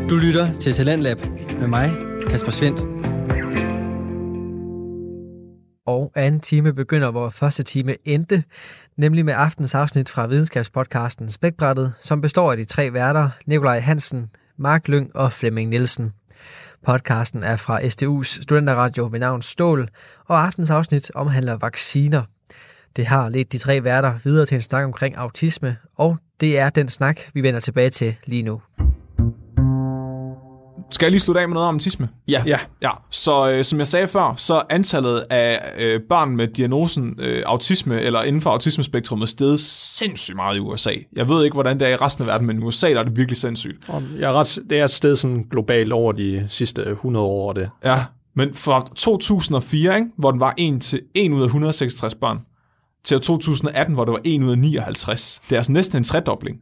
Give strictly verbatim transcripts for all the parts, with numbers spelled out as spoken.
Du lytter til Talentlab med mig, Kasper Svendt. Og anden time begynder, hvor første time endte, nemlig med aftens afsnit fra videnskabspodcasten Spækbrættet, som består af de tre værter, Nikolaj Hansen, Mark Lyng og Flemming Nielsen. Podcasten er fra S D U's studenterradio ved navn Stål, og aftens afsnit omhandler vacciner. Det har ledt de tre værter videre til en snak omkring autisme, og det er den snak, vi vender tilbage til lige nu. Skal jeg lige slutte af med noget om autisme? Ja. ja, ja. Så øh, som jeg sagde før, så antallet af øh, børn med diagnosen øh, autisme, eller inden for autismespektrummet, steget sindssygt meget i U S A. Jeg ved ikke, hvordan det er i resten af verden, men i U S A der er det virkelig sindssygt. Jeg er ret, det er et sted sådan globalt over de sidste hundrede år over det. Ja, men fra to tusind og fire, ikke, hvor den var en til en ud af et hundrede og seksogtres børn, til to tusind og atten, hvor det var en ud af nioghalvtreds. Det er altså næsten en tredobling.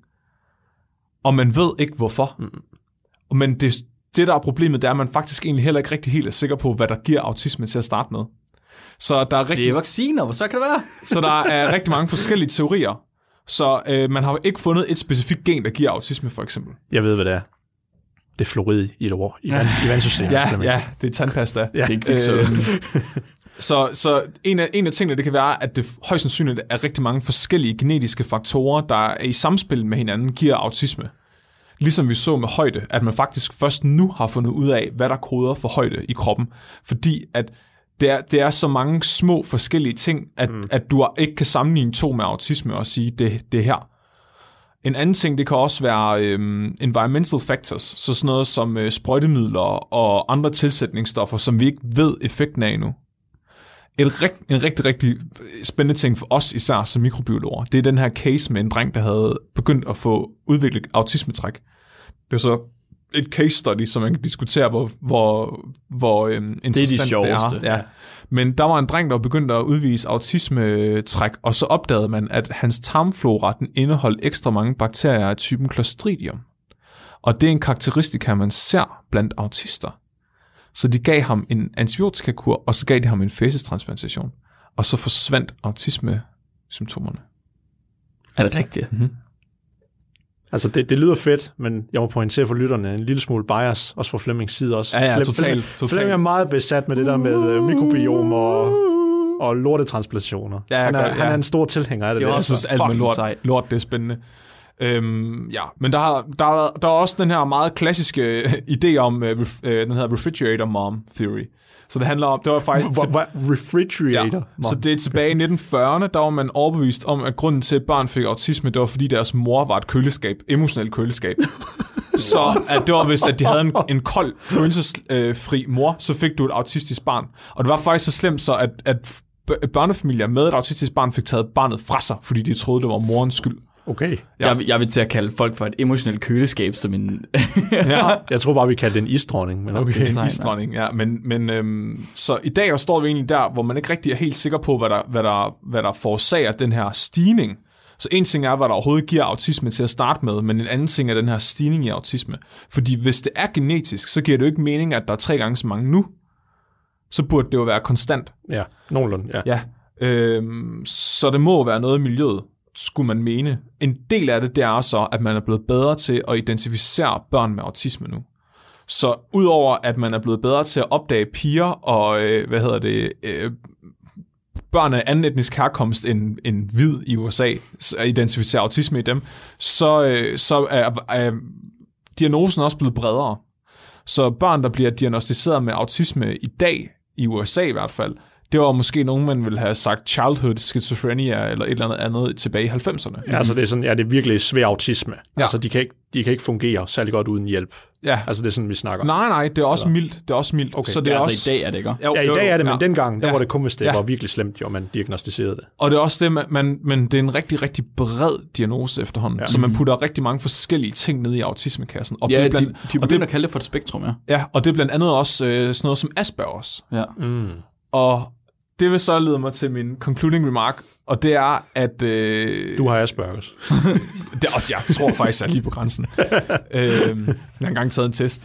Og man ved ikke, hvorfor. Mm. Men det Det, der er problemet, det er, at man faktisk egentlig heller ikke rigtig helt er sikker på, hvad der giver autisme til at starte med. Så der er rigtig, det er vacciner, så kan det være. Så der er rigtig mange forskellige teorier. Så øh, man har ikke fundet et specifikt gen, der giver autisme, for eksempel. Jeg ved, hvad det er. Det er fluorid i et ord, i, vand, i vandsystemet. Ja, ja, det er tandpasta. Ja. Det er ikke øh, så så en, af, en af tingene, det kan være, at det højst sandsynligt er rigtig mange forskellige genetiske faktorer, der er i samspil med hinanden, giver autisme. Ligesom vi så med højde, at man faktisk først nu har fundet ud af, hvad der koder for højde i kroppen. Fordi at det er, det er så mange små forskellige ting, at, mm. at du ikke kan sammenligne to med autisme og sige, det, det er her. En anden ting, det kan også være øhm, environmental factors, så sådan noget som øh, sprøjtemidler og andre tilsætningsstoffer, som vi ikke ved effekten af endnu. Et rigt, en rigtig, rigtig spændende ting for os især som mikrobiologer, det er den her case med en dreng, der havde begyndt at få udviklet autismetræk. Det er så et case study, som man kan diskutere, hvor, hvor, hvor øhm, interessant det er. Det er de sjoveste. Det er. Ja. Men der var en dreng, der begyndte at udvise autismetræk, og så opdagede man, at hans tarmflora den indeholdt ekstra mange bakterier af typen Clostridium. Og det er en karakteristika, man ser blandt autister. Så de gav ham en antibiotikakur, og så gav de ham en fæcestransplantation. Og så forsvandt autisme-symptomerne. Er det rigtigt? Mm-hmm. Altså, det, det lyder fedt, men jeg må pointere for lytterne en lille smule bias, også fra Flemmings side også. Ja, ja, Flem, totalt. Flemming, Flemming er meget besat med det der med uh, mikrobiom og, og lortetransplantationer. Ja, han, er, ja. han er en stor tilhænger af det. Jeg der. synes, alt med lort, lort, det er spændende. Øhm, ja, men der, har, der, der er også den her meget klassiske idé om uh, ref, uh, den her refrigerator mom theory. Så det handler om, det var faktisk... What, what, refrigerator? Ja, så det er tilbage i nitten fyrrerne, der var man overbevist om, at grunden til, at børn fik autisme, det var fordi deres mor var et køleskab, emotionelt køleskab. Så at det var, hvis at de havde en, en kold, følelsesfri mor, så fik du et autistisk barn. Og det var faktisk så slemt så, at, at børnefamilier med et autistisk barn fik taget barnet fra sig, fordi de troede, det var morens skyld. Okay. Ja. Jeg, jeg vil til at kalde folk for et emotionelt køleskab som en... ja. Jeg tror bare, vi kaldte det en isdronning. Men okay, okay en isdronning, ja. Men, men øhm, så i dag der står vi egentlig der, hvor man ikke rigtig er helt sikker på, hvad der, hvad der, hvad der forårsager den her stigning. Så en ting er, hvad der overhovedet giver autisme til at starte med, men en anden ting er den her stigning i autisme. Fordi hvis det er genetisk, så giver det jo ikke mening, at der er tre gange så mange nu. Så burde det jo være konstant. Ja, nogenlunde, ja. ja øhm, så det må være noget i miljøet, skulle man mene. En del af det, det er så, at man er blevet bedre til at identificere børn med autisme nu. Så udover at man er blevet bedre til at opdage piger og, øh, hvad hedder det, øh, børn af anden etnisk herkomst end, end hvid i U S A, at identificere autisme i dem, så, øh, så er, er diagnosen også blevet bredere. Så børn, der bliver diagnosticeret med autisme i dag, i U S A i hvert fald, det var måske nogen, man ville have sagt childhood schizophrenia eller et eller andet andet tilbage i halvfemserne. Ja, altså det er sådan, ja, det er virkelig svær autisme. Ja. Altså de kan ikke, de kan ikke fungere særlig godt uden hjælp. Ja. Altså det er sådan, vi snakker. Nej, nej, det er også eller? mildt. Det er også mildt. Okay. Så det er ja, også altså i dag er det ikke. Jo, ja, i dag er det, men ja. dengang, der ja. var det kun, hvis det ja. var virkelig slemt, jo, man diagnostiserede det. Og det er også det, man, man, men det er en rigtig, rigtig bred diagnose efterhånden, ja. Så man putter rigtig mange forskellige ting ned i autismekassen. Og ja, det blandt, de, de begynder at kalde det for et spektrum, ja. Ja, og det er blandt andet også øh, sådan noget som Aspergers. Ja. Mm. Og det vil så lede mig til min concluding remark, og det er, at... Øh, du har Aspergers. det, og jeg tror faktisk, jeg er lige på grænsen. øh, jeg har engang taget en test.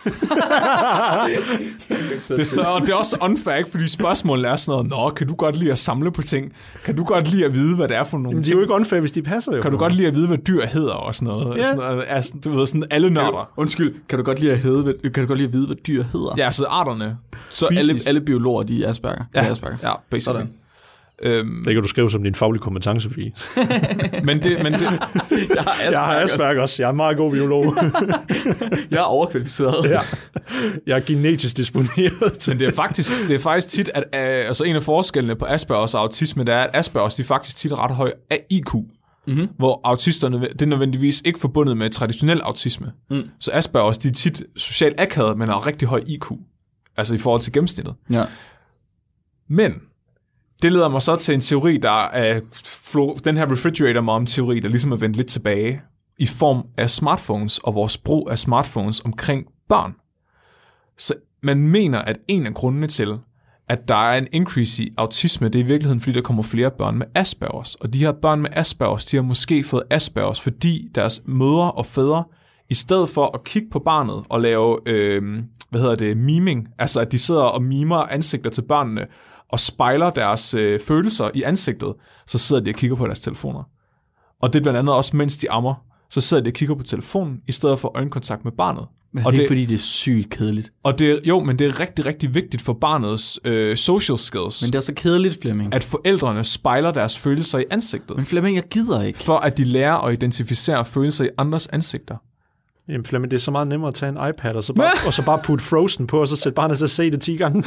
det, er større, det er også unfair, ikke? Fordi spørgsmålet er sådan noget, nå, kan du godt lide at samle på ting? Kan du godt lide at vide, hvad det er for nogle Men ting? de er jo ikke unfair, hvis de passer jo. Kan du godt lide at vide, hvad dyr hedder og sådan noget? Ja. Sådan noget altså, du ved, sådan alle nørder. Undskyld, kan du godt lide at, hede, kan du godt lide at vide, hvad dyr hedder? Ja, altså arterne. Så alle, alle biologer, de er Asperger. De Ja, er Asperger. ja, basically. Sådan. Øhm, Det kan du skrive som din faglige kompetence, Fie. men det, men det, Jeg har Jeg har Aspergers. Jeg er en meget god biolog. Jeg er overkvalificeret. Ja. Jeg er genetisk disponeret til. men det er faktisk, det er faktisk tit, at uh, altså en af forskellene på Aspergers og autisme, det er, at Aspergers de er faktisk tit ret høj af I Q. Mm-hmm. Hvor autisterne, det er nødvendigvis ikke forbundet med traditionel autisme. Mm. Så Aspergers, de er tit socialt akavet, men har rigtig høj I Q. Altså i forhold til gennemsnittet. Ja. Men det leder mig så til en teori, der er den her refrigerator mom-teori, der ligesom er vendt lidt tilbage i form af smartphones og vores brug af smartphones omkring børn. Så man mener, at en af grundene til, at der er en increase i autisme, det er i virkeligheden, fordi der kommer flere børn med Aspergers. Og de her børn med Aspergers, de har måske fået Aspergers, fordi deres mødre og fædre, i stedet for at kigge på barnet og lave, øh, hvad hedder det, miming, altså at de sidder og mimer ansigter til børnene, og spejler deres øh, følelser i ansigtet, så sidder de og kigger på deres telefoner. Og det er blandt andet også, mens de ammer, så sidder de og kigger på telefonen, i stedet for øjenkontakt med barnet. Men det og er det, ikke, fordi det er sygt kedeligt. Og det er, jo, men det er rigtig, rigtig vigtigt for barnets øh, social skills, Men det er så kedeligt, Flemming. at forældrene spejler deres følelser i ansigtet, Men Flemming, jeg gider ikke. for at de lærer at identificere følelser i andres ansigter. Jamen Flemming, det er så meget nemmere at tage en iPad, og så bare, og så bare putte Frozen på, og så sætte barnet til at se det ti gange.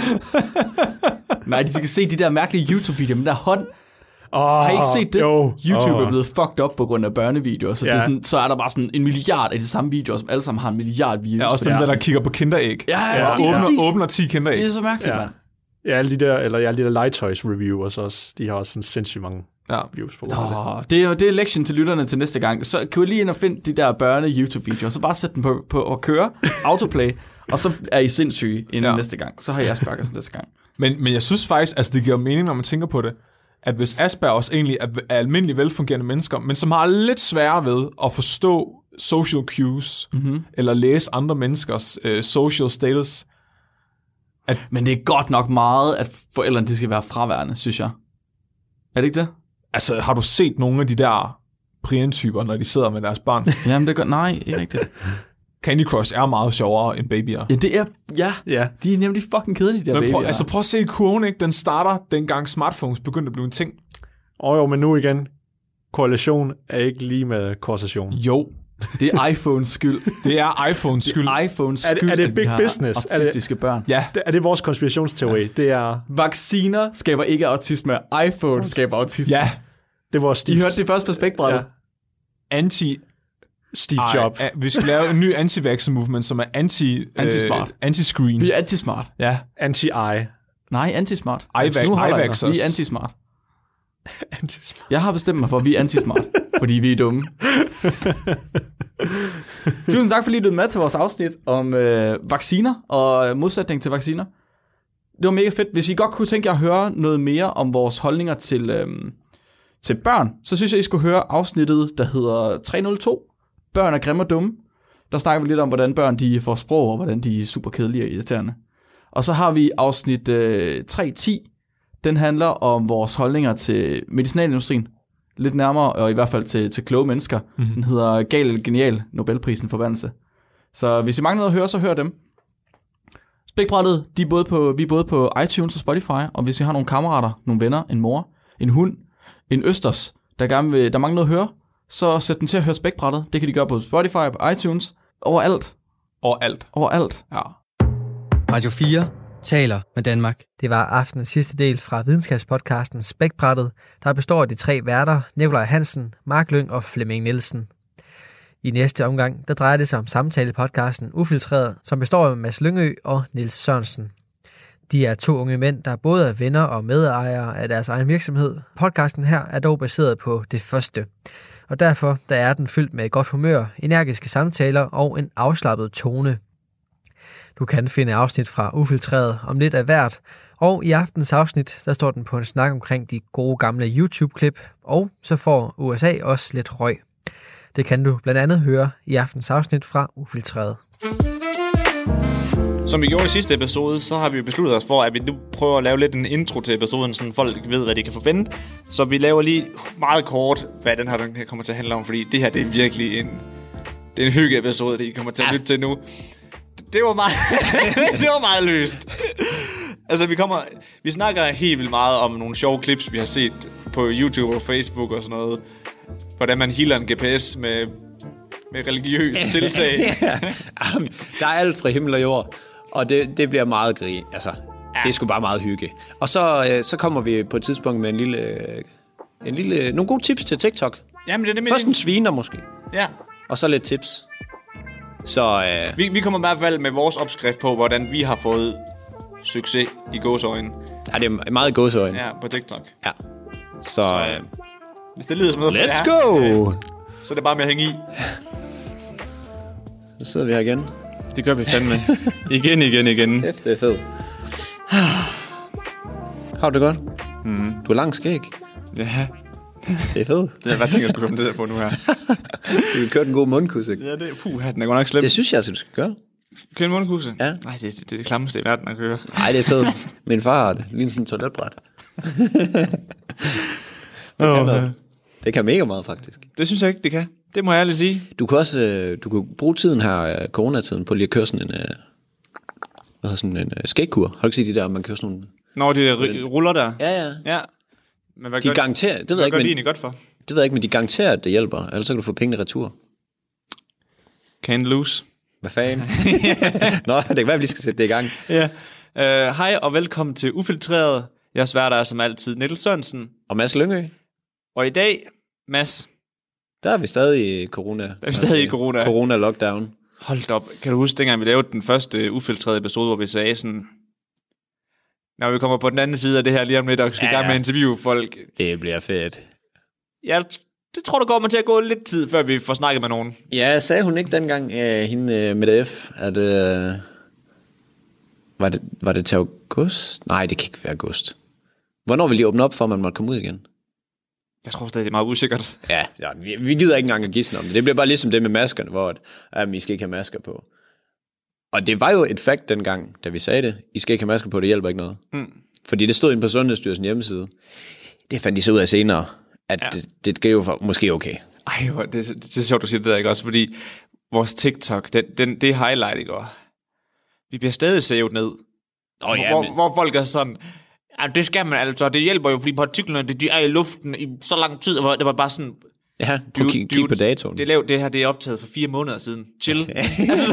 Nej, de skal se de der mærkelige YouTube-videoer med der hånd. Oh, Har I ikke set det? Jo. YouTube oh. er blevet fucked up på grund af børnevideoer, så, Ja. det er sådan, så er der bare sådan en milliard af de samme videoer, som alle sammen har en milliard views. Ja, også dem, Ja. der, der kigger på kinderæg. Ja, ja, og lige åbner, præcis. åbner ti kinderæg. Det er så mærkeligt, Ja. mand. Ja, alle de der, eller alle de der legetøjs reviewers også, de har også sådan sindssygt mange Ja. views på. Oh, det er jo det er lektion til lytterne til næste gang. Så kan vi lige ind og finde de der børne-YouTube-videoer, så bare sæt den på, på at køre, autoplay, og så er I sindssyge inden Ja. næste gang. Så har jeg Aspergers næste gang. Men, men jeg synes faktisk, altså det giver mening, når man tænker på det, at hvis Aspergers egentlig er, er almindelige velfungerende mennesker, men som har lidt sværere ved at forstå social cues, mm-hmm. eller læse andre menneskers øh, social status. Men det er godt nok meget, at forældrene de skal være fraværende, synes jeg. Er det ikke det? Altså, har du set nogle af de der Brian-typer, når de sidder med deres barn? Jamen det er godt. Nej, ikke rigtigt. Candy Crush er meget sjovere end babyer. Ja, det er... Ja, Ja. de er nemlig fucking kedelige, de der Men prøv, babyer. altså prøv at se kurven, ikke? Den starter, dengang smartphones begyndte at blive en ting. Og jo, men nu igen, korrelation er ikke lige med kausation. Jo, Det er iPhones skyld. det er iPhones skyld. Det er iPhones Er det- skyld, er det at vi big har business? Er det- autistiske børn. Ja, Det, er det vores konspirationsteori? Det er, Vacciner skaber ikke autisme. iPhone skaber autisme. ja. det er vores I Steve, hørte det først på spækbrættet. Ja. Anti... Steve Ej, Jobs. a- vi skal lave en ny anti-vaxxer movement, som er anti... Anti-smart. Øh, anti-screen. Vi er anti-smart. Ja. Anti-eye. Nej, anti-smart. Ivax- Nu holder jeg. ivaxers. Vi er anti-smart. Anti-smart. Jeg har bestemt mig for, at vi er anti-smart, fordi vi er dumme. Tusind tak, fordi I lyttede med til vores afsnit om øh, vacciner og modsætning til vacciner. Det var mega fedt. Hvis I godt kunne tænke jer at høre noget mere om vores holdninger til, øh, til børn, så synes jeg, I skulle høre afsnittet, der hedder tre nul to. Børn er grimme og dumme. Der snakker vi lidt om, hvordan børn de får sprog, og hvordan de er super kedelige og irriterende. Og så har vi afsnit øh, tre ti. Den handler om vores holdninger til medicinalindustrien. Lidt nærmere, og i hvert fald til, til kloge mennesker. Mm-hmm. Den hedder Gal eller Genial, Nobelprisen forbandelse. Så hvis I mangler noget at høre, så hør dem. Spækbrættet, de er både på, vi er både på iTunes og Spotify, og hvis I har nogle kammerater, nogle venner, en mor, en hund, en østers, der, gerne vil, der mangler noget at høre, så sæt dem til at høre Spækbrættet. Det kan de gøre på Spotify, på iTunes, overalt. Overalt. Overalt. Ja. Radio fire taler med Danmark. Det var aftenens sidste del fra videnskabspodcasten Spækbrættet, der består af de tre værter, Nikolaj Hansen, Mark Lyng og Flemming Nielsen. I næste omgang, der drejer det sig om samtale-podcasten Ufiltreret, som består af Mads Lyngø og Niels Sørensen. De er to unge mænd, der både er venner og medejere af deres egen virksomhed. Podcasten her er dog baseret på det første. Og derfor der er den fyldt med godt humør, energiske samtaler og en afslappet tone. Du kan finde afsnit fra Ufiltreret om lidt af hvert, og i aftens afsnit, der står den på en snak omkring de gode gamle YouTube-klip, og så får U S A også lidt røg. Det kan du blandt andet høre i aftens afsnit fra Ufiltreret. Som vi gjorde i sidste episode, så har vi besluttet os for, at vi nu prøver at lave lidt en intro til episoden, så folk ved, hvad de kan forvente. Så vi laver lige meget kort, hvad den her, den her kommer til at handle om, fordi det her, det er virkelig en, det er en hygge episode, det I kommer til at lytte til nu. Det var meget, det var meget løst. Altså, vi kommer, vi snakker helt vildt meget om nogle sjove clips, vi har set på YouTube og Facebook og sådan noget. Hvordan man healer en G P S med, med religiøse tiltag. Ja. Der er alt fra himmel og jord, og det, det bliver meget grin. Altså, ja. Det er sgu bare meget hygge. Og så, øh, så kommer vi på et tidspunkt med en lille, en lille, nogle gode tips til TikTok. Jamen, det er det. Først en sviner måske. Ja. Og så lidt tips. Så, øh, vi, vi kommer i hvert fald med vores opskrift på, hvordan vi har fået succes i gåseøjne. Ja, det er meget gåseøjne. Ja, på TikTok. Ja. Så, så øh, hvis det lyder som noget let's for go! jer, så er det bare med at hænge i. Så sidder vi her igen. Det gør vi fandme. igen, igen, igen. Kæft, det er fedt. Har du det godt? Mm. Du har lang skæg. Ja. Det er fedt. Det er bare ting, jeg skulle komme til at få nu her. Du vil køre den gode mundkusse. Ja, det er puh, den er godt nok slem. Det synes jeg, altså, du skal gøre. Køre en mundkusse? Ja. Nej, det, det, det er det klammeste i verden at køre. Nej, det er fedt. Min far har det. Lige sådan en toiletbræt. det, kan noget. Det kan mega meget, faktisk. Det synes jeg ikke, det kan. Det må jeg ærligt sige. Du kan også øh, du kan bruge tiden her, coronatiden, på lige at køre sådan en, øh, hvad sådan en øh, skægkur. Har du ikke set de der, man kører sådan nogle... Når de r- ruller der? Ja, ja. Ja. Men hvad de gør garanterer, det ved hvad jeg ikke, gør men, de egentlig godt for? Det ved jeg ikke, men de garanterer, at det hjælper. Ellers så kan du få pengene retur. Can't lose. Hvad fanden? Nå, det kan være, at vi lige skal sætte det i gang. Ja. Uh, hej og velkommen til Ufiltreret. Jeg sværter er som altid Niels Sørensen. Og Mads Lyngø. Og i dag, Mads... Der er vi stadig i corona. Der er vi stadig i corona. Corona-lockdown. Hold op. Kan du huske, dengang vi lavede den første Ufiltreret episode, hvor vi sagde sådan... Når vi kommer på den anden side af det her lige om lidt, og skal i ja, gang med at interviewe folk. Det bliver fedt. Ja, det tror du går man til at gå lidt tid, før vi får snakket med nogen. Ja, sagde hun ikke dengang, uh, hende uh, med F, at... Uh, var, det, var det til august? Nej, det kan ikke være august. Hvornår vil de åbne op for, at man måtte komme ud igen? Jeg tror stadig, det er meget usikkert. Ja, ja vi, vi gider ikke engang at gisne om det. Det bliver bare ligesom det med maskerne, hvor at, at I skal ikke have masker på. Og det var jo et fakt dengang, da vi sagde det. I skal ikke have masker på, det hjælper ikke noget. Mm. Fordi det stod inde på Sundhedsstyrelsen hjemmeside. Det fandt de så ud af senere, at ja. det, det gav jo for, måske okay. Ej, det, det, det er sjovt, du siger det der, ikke også? Fordi vores TikTok, den, den, det er highlight i går. Vi bliver stadig savet ned. Oh, ja, hvor, men... hvor folk er sådan... Ja, det skal man altså. Det hjælper jo, fordi partiklerne de, de er i luften i så lang tid. Det var bare sådan... Ja, du kig, kig på datoen. Det, lav, det her det er optaget for fire måneder siden. Chill. altså.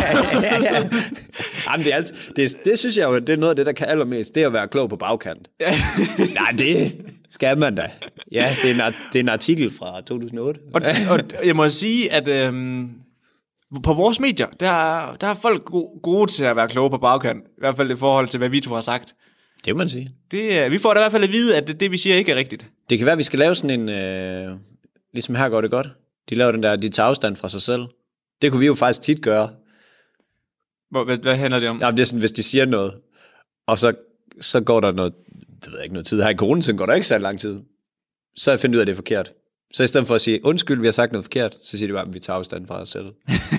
Jamen, det, er altså, det, det synes jeg jo, det er noget af det, der kan allermest. Det er at være klog på bagkant. Nej, det skal man da. Ja, det er en, det er en artikel fra to tusind og otte. og, og jeg må sige, at øhm, på vores medier, der, der er folk go- gode til at være kloge på bagkant. I hvert fald i forhold til, hvad vi to har sagt. Det må man sige. Det, vi får da i hvert fald at vide, at det, det vi siger ikke er rigtigt. Det kan være, at vi skal lave sådan en... Øh, ligesom her går det godt. De laver den der, de tager afstand fra sig selv. Det kunne vi jo faktisk tit gøre. Hvor, hvad, hvad handler det om? Ja, det er sådan, hvis de siger noget, og så, så går der noget, det ved jeg ikke, noget tid. Her i coronatiden går der ikke så lang tid. Så jeg finder ud af, at det er forkert. Så i stedet for at sige, undskyld, vi har sagt noget forkert, så siger de bare, at vi tager afstand fra os selv.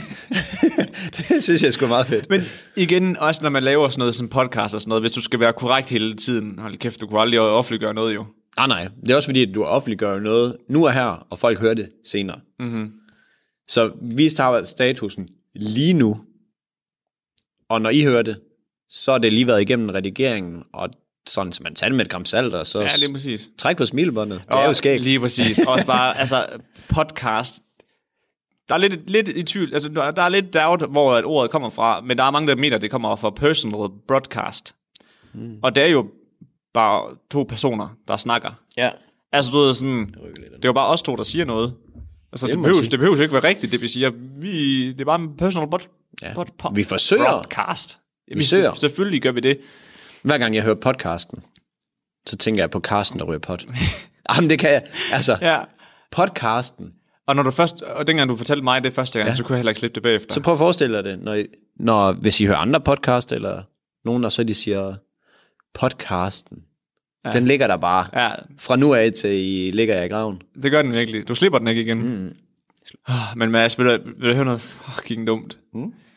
Det synes jeg sgu er meget fedt. Men igen, også når man laver sådan noget som podcast og sådan noget, hvis du skal være korrekt hele tiden, hold kæft, du kunne aldrig offentliggøre noget jo. Nej, nej. Det er også fordi, at du offentliggør noget nu og her, og folk hører det senere. Mm-hmm. Så vi tager statusen lige nu, og når I hører det, så er det lige været igennem redigeringen, og sådan, så man tager det med et gram salt, og så ja, lige præcis. Træk på smilebåndet. Det og er jo skægt. Lige præcis. Også bare, altså, podcast, der er lidt, lidt i tvivl, altså, der er lidt doubt, hvor at ordet kommer fra, men der er mange, der mener, det kommer fra personal broadcast. Mm. Og det er jo bare to personer, der snakker. Ja. Altså, du ved sådan, det er jo bare os to, der siger noget. Altså, det, det, behøves, det behøves ikke være rigtigt, det vi siger. Vi, det er bare en personal bod, ja. bod, pod, vi forsøger. Broadcast. Vi, vi søger. Selvfølgelig gør vi det. Hver gang jeg hører podcasten, så tænker jeg på Carsten, der ryger pot. Jamen, det kan jeg. Altså, ja. Podcasten. Og når du først, og dengang du fortalte mig det første gang, ja. så kunne jeg heller ikke slippe det bagefter. Så prøv at forestille dig det, når, I, når hvis I hører andre podcast, eller nogen, der så de siger, podcasten, ja. Den ligger der bare. Ja. Fra nu af til I ligger jeg i graven. Det gør den virkelig. Du slipper den ikke igen. Mm. Oh, men Mads, vil du, vil du høre noget fucking dumt? Mm.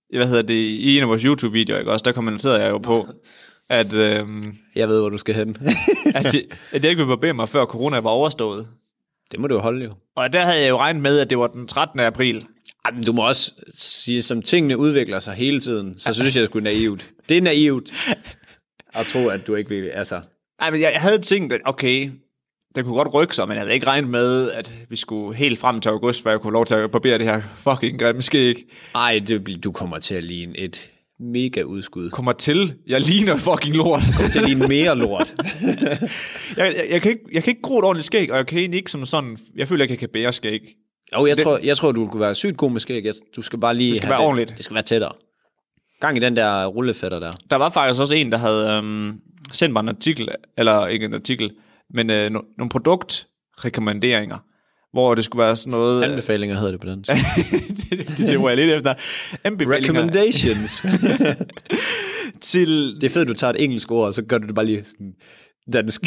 hvad hedder det, i en af vores YouTube-videoer, ikke også, der kommenterede jeg jo på, at, øhm, Jeg ved, hvor du skal hen. at, jeg, at jeg ikke ville barbere mig, før corona var overstået. Det må du jo holde, jo. Og der havde jeg jo regnet med, at det var den trettende april. Jamen, du må også sige, som tingene udvikler sig hele tiden, så synes jeg, det er sgu naivt. Det er naivt at tro, at du ikke vil, altså... Ej, men jeg, jeg havde tænkt, at okay, det kunne godt rykke sig, men jeg havde ikke regnet med, at vi skulle helt frem til august, før jeg kunne lov til at barbere det her fucking grimme skæg. Ej, det, du kommer til at ligne et mega udskud. Kommer til, jeg ligner fucking lort. Kommer til at ligne mere lort. jeg, jeg, jeg, kan ikke, jeg kan ikke gro et ordentligt skæg, og jeg kan egentlig ikke som sådan, jeg føler ikke, jeg kan bære skæg. Jo, jeg, det, tror, jeg tror, du kunne være sygt god med skæg. Du skal bare lige det skal have være det. ordentligt. Det skal være tættere. Gang i den der rullefætter der. Der var faktisk også en, der havde øhm, sendt mig en artikel, eller ikke en artikel, men øh, no, nogle produktrekommenderinger, hvor det skulle være sådan noget... Anbefalinger hedder det på den. det, det, det var jeg lidt efter. Anbefalinger. Recommendations. til... Det er fedt, at du tager et engelsk ord, og så gør du det bare lige sådan dansk.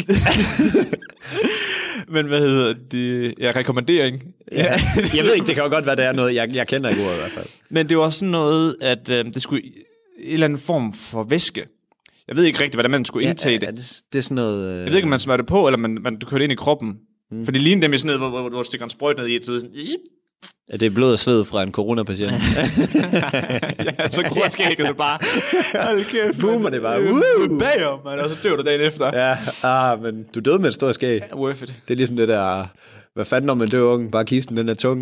Men hvad hedder det? Ja, rekommendering. Ja. Jeg ved ikke, det kan jo godt være, det er noget, jeg, jeg kender ikke ordet i hvert fald. Men det var sådan noget, at øh, det skulle en eller anden form for væske. Jeg ved ikke rigtigt, hvordan man skulle indtage ja, det. Ja, det. Det er sådan noget... Øh... Jeg ved ikke, om man smører det på, eller man, man kører det ind i kroppen. Mm. For det ligner dem i sådan noget, hvor, hvor, hvor du stikker en sprøjt ned i et så sådan... Ja, det er blod og sved fra en coronapatient. Ja, så gror skægget det bare. Hold kæft. Boomer det bare. Uh! Bagom, man, og så dør du dagen efter. Ja, ah, men du døde med et stort skæg. Ja, worth it. Det er ligesom det der... Hvad fanden når man dør unge? Bare kisten, den er tung.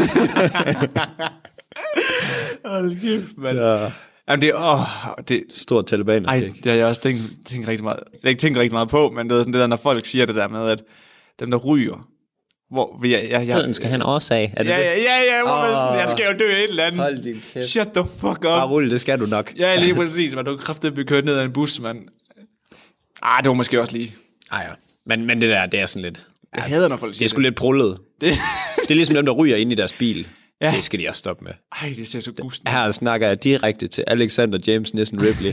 Hold kæft, man. Ja. Jamen det, åh, det... Stort talibanerskæg. Ej, det har jeg også tænkt, tænkt rigtig meget... Jeg har ikke tænkt rigtig meget på, men det er sådan det der, når folk siger det der med, at dem der ryger... Hvor jeg, jeg, jeg, Den skal have en årsag. Er det ja, det? ja, ja, ja, hvor man sådan, jeg skal jo dø af et eller andet. Hold din kæft. Shut the fuck up. Bare rulle, det skal du nok. Ja, lige præcis, man. Du kan kraftigt blive kørt ned af en bus, mand. Ah, det var måske også lige. Ej, ja. Men, men det der, det er sådan lidt... Jeg hader, når folk Det siger er sgu lidt prullet. det. Det er ligesom dem, der ryger ind i deres bil. Ja. Det skal de også stoppe med. Ej, det ser så gusten. Her snakker jeg direkte til Alexander James Nissen Ripley.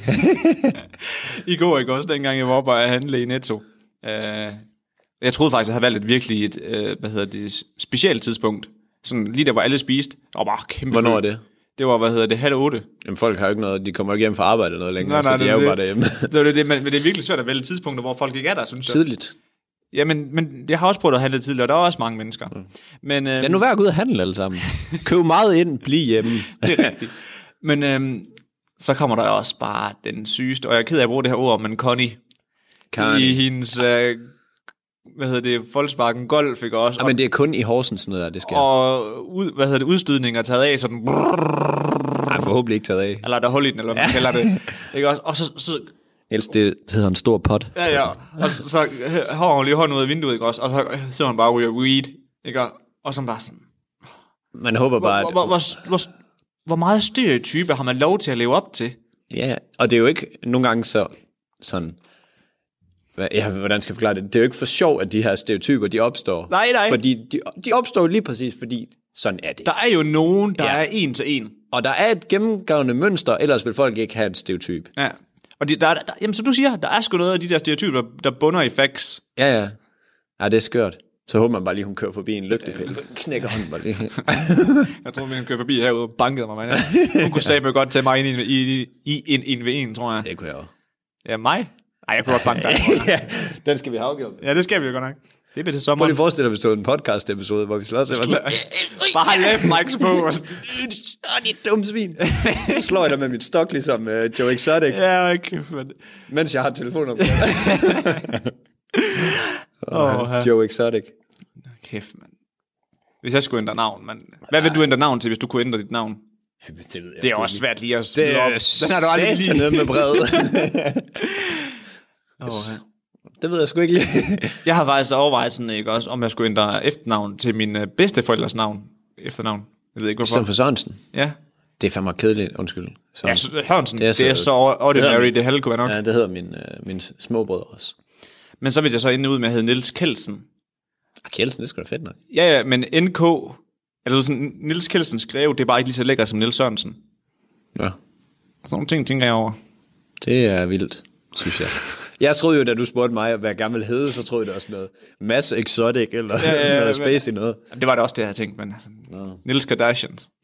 I går, ikke også, dengang jeg var oppe og handle i Netto. Uh, jeg troede faktisk, jeg havde valgt et virkelig et, uh, hvad hedder det, specielt tidspunkt. Sådan lige der, hvor alle spiste. Der var bare kæmpe Hvornår kø. er det? Det var, hvad hedder det, halv otte. Jamen, folk har jo ikke noget, de kommer jo ikke hjem fra arbejde eller noget længere, Nej, nej, så de det er jo er bare det. derhjemme. Så det er det, men, men det er virkelig svært at vælge tidspunkter, hvor folk ikke er der, synes jeg. Tidligt. Ja, men, men jeg har også prøvet at handle tidligere, og der er også mange mennesker. Mm. Men, øhm, Det er nu værd at gå ud og handle alle sammen. Køb meget ind, bliv hjemme. det er rigtigt. Men øhm, så kommer der også bare den sygeste, og jeg er ked af at bruge det her ord, men Connie, Connie. i hendes, øh, hvad hedder det, Volkswagen Golf, ikke også? Ja, men det er kun i Horsens noget der, det sker. Og ud, hvad hedder det, udstødninger taget af, sådan, Nej, forhåbentlig ikke taget af. eller der er hul i den, eller hvad man kalder det. Ikke også? Og så, så Ellers det hedder en stor pot. ja, ja, og så, så har hun lige hånden ud af vinduet, ikke også? Og så sidder hun bare og ryger weed, ikke? Og så bare sådan, Man håber bare, at... hvor, hvor, hvor, hvor, hvor meget stereotype har man lov til at leve op til? Ja, og det er jo ikke nogle gange så sådan... Hvad- Ja, hvordan skal jeg forklare det? Det er jo ikke for sjov, at de her stereotyper, de opstår. Nej, nej. Fordi de, de opstår lige præcis, fordi sådan er det. Der er jo nogen, der Ja. ja. er en til en. Og der er et gennemgående mønster, ellers vil folk ikke have en stereotyp. Ja. Og de, der, er- der, jamen, som du siger, der er sgu noget af de der stereotyper, der bunder i facts. Ja, ja. Ja, det er skørt. Så håber man bare lige, hun kører forbi en lygtepæl. Knækker hånden bare lige. Jeg tror, vi kører forbi herude og bankede mig. Man. Hun kunne sige godt tage mig ind i, i, i en, en ved en, tror jeg. Det kunne jeg også. Ja, mig? Nej, jeg kunne godt banke dig. Ja, den skal vi have afgjort. Ja, det skal vi jo godt nok. Det bliver til Prøv sommer. lige at forestille dig, hvis det var en podcast-episode, hvor vi slår til. Bare har left mics på. Åh, dit dumme svin. Så slår jeg dig med mit stok, ligesom uh, Joe Exotic, Ja, okay. Men... mens jeg har telefonnummer. Åh, oh, Joe Exotic. kæft, mand. Hvis jeg skulle ændre navn, mand. Hvad vil du ændre navn til, hvis du kunne ændre dit navn? Det, ved jeg Det er sgu også ikke. svært lige at Det smide er op. Den har du aldrig lige. satanet med brevet. Oh, Det ved jeg sgu ikke lige. jeg har faktisk overvejet sådan, ikke også, om jeg skulle ændre efternavn til min øh, bedsteforældres navn. Efternavn. Jeg ved ikke, I stedet hvorfor. for Sørensen. Ja. Det er fandme kedeligt, undskyld. Så, Ja, så, Hørnsen, Det er det så- er så, ordinary, det er- det halve kunne være nok. ja, det hedder min, øh, min småbrødre også. Men så vil jeg så ende ud med at hedde Niels Kelsen. Ah, Kjeldsen, det skulle da fedt nok. Ja, ja, men N K, altså sådan, Niels Kelsen skrev, det er bare ikke lige så lækkert som Niels Sørensen. Ja. Sådan nogle ting tænker jeg over. Det er vildt, synes jeg. Jeg troede jo, da du spurgte mig, hvad jeg gerne ville hedde, så troede jeg det også noget Mass Exotic, eller ja, ja, sådan noget men- spacey noget. Jamen, det var det også det, jeg havde tænkt, men altså, Niels Kardashians.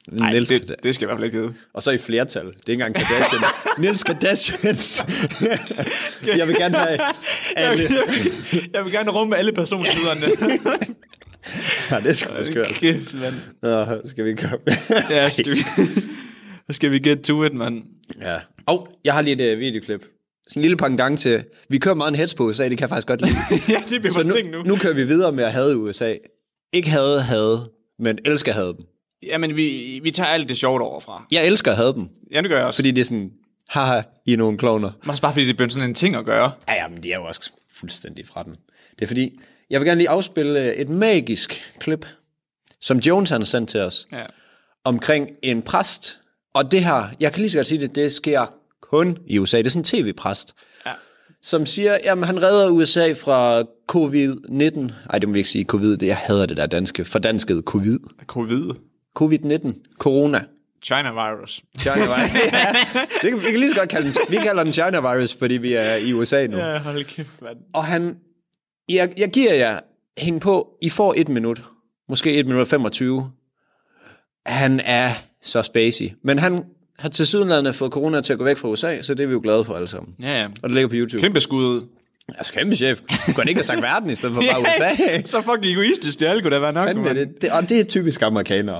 Nej, Niels det, det skal jeg i hvert fald ikke vide. Og så i flertal. Det er ikke engang Kardashian. Niels Kardashians. Jeg vil gerne have alle. Jeg, jeg, jeg vil gerne rumme alle personligheden. Ja, det skal vi skørt. Kæft, mand. Nå, skal vi komme. Ja, skal vi, skal vi get to it, mand. Ja. Og jeg har lige et uh, videoklip. Sådan en lille pendant til, vi kører meget en hets på U S A, det kan jeg faktisk godt lide. Ja, det bliver vores ting nu. Nu kører vi videre med at hade U S A. Ikke hade, hade, men elsker at hade dem. Jamen, vi, vi tager alt det sjovt overfra. Jeg elsker at hade dem. Ja, det gør jeg også. Fordi det er sådan, haha, I er nogle klovner. Også bare fordi det bliver sådan en ting at gøre. Ja, ja, men de er jo også fuldstændig fra den. Det er fordi, jeg vil gerne lige afspille et magisk klip, som Jones han har sendt til os, Ja. omkring en præst. Og det her, jeg kan lige så godt sige det, det sker kun i U S A. Det er sådan en tv-præst, Ja. som siger, jamen han redder U S A fra covid nitten. Ej, det må vi ikke sige covid, det jeg hader det der danske, fordanskede covid. Covid. covid nitten, corona. China virus. China virus. Ja, det kan, vi kan lige så godt kalde den, vi kalder den China virus, fordi vi er i U S A nu. Ja, hold kæft, mand. Og han, jeg, jeg giver jer, hæng på, I får et minut, måske et minut og femogtyve. Han er så spacey, men han har til sydenlandet fået corona til at gå væk fra U S A, så det er vi jo glade for alle sammen. Ja, ja. Og det ligger på YouTube. Kæmpe skud. Altså kæmpe chef. Du kunne ikke have sagt verden i stedet for bare U S A. Så fucking egoistisk, det alle kunne da være nok. Fandme, det, det, og det er typisk amerikanere.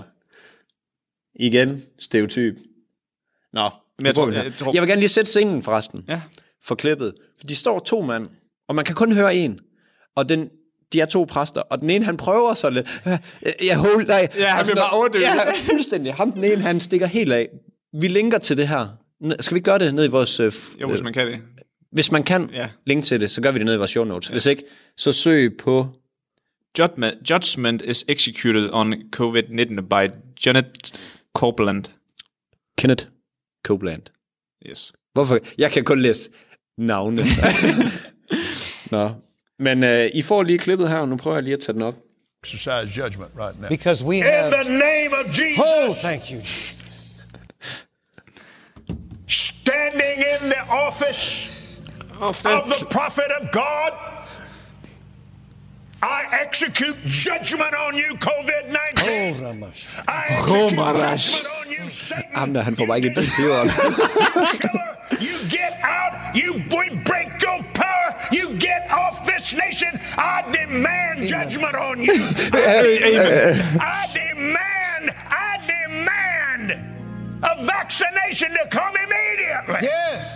Igen, stereotyp. Nå, Men jeg, tror, jeg, jeg, jeg, tror, jeg vil gerne lige sætte scenen forresten. Ja. For klippet. For de står to mand, og man kan kun høre en. Og den, de er to præster, og den ene, han prøver så lidt. Jeg hold, nej. Ja, han bliver bare overdøvet. Ja, fuldstændig. Ham den ene, han stikker helt af. Vi linker til det her. Skal vi gøre det ned i vores... Øh, Jo, hvis man kan det. Hvis man kan Ja. linke til det, så gør vi det ned i vores show notes. Ja. Hvis ikke, så søg på... Judgment, judgment is executed on covid nitten by Janet Copeland. Kenneth Copeland. Yes. Hvorfor? Jeg kan kun læse navne. Nå. Men øh, I får lige klippet her, og nu prøver jeg lige at tage den op. Exercise judgment right now. Because we have... In the name of Jesus. Oh, thank you, Jesus. Standing in the office, Office. of the prophet of God, I execute judgment on you, covid nineteen. Oh, Ramash. I execute Ramash. judgment on you, Satan. Ham der, han får bare ikke et bil til året. Killer, you get out, you we break your power, you get off this nation. I demand judgment on you. I demand, I demand, I demand a vaccination to come immediately. Yes.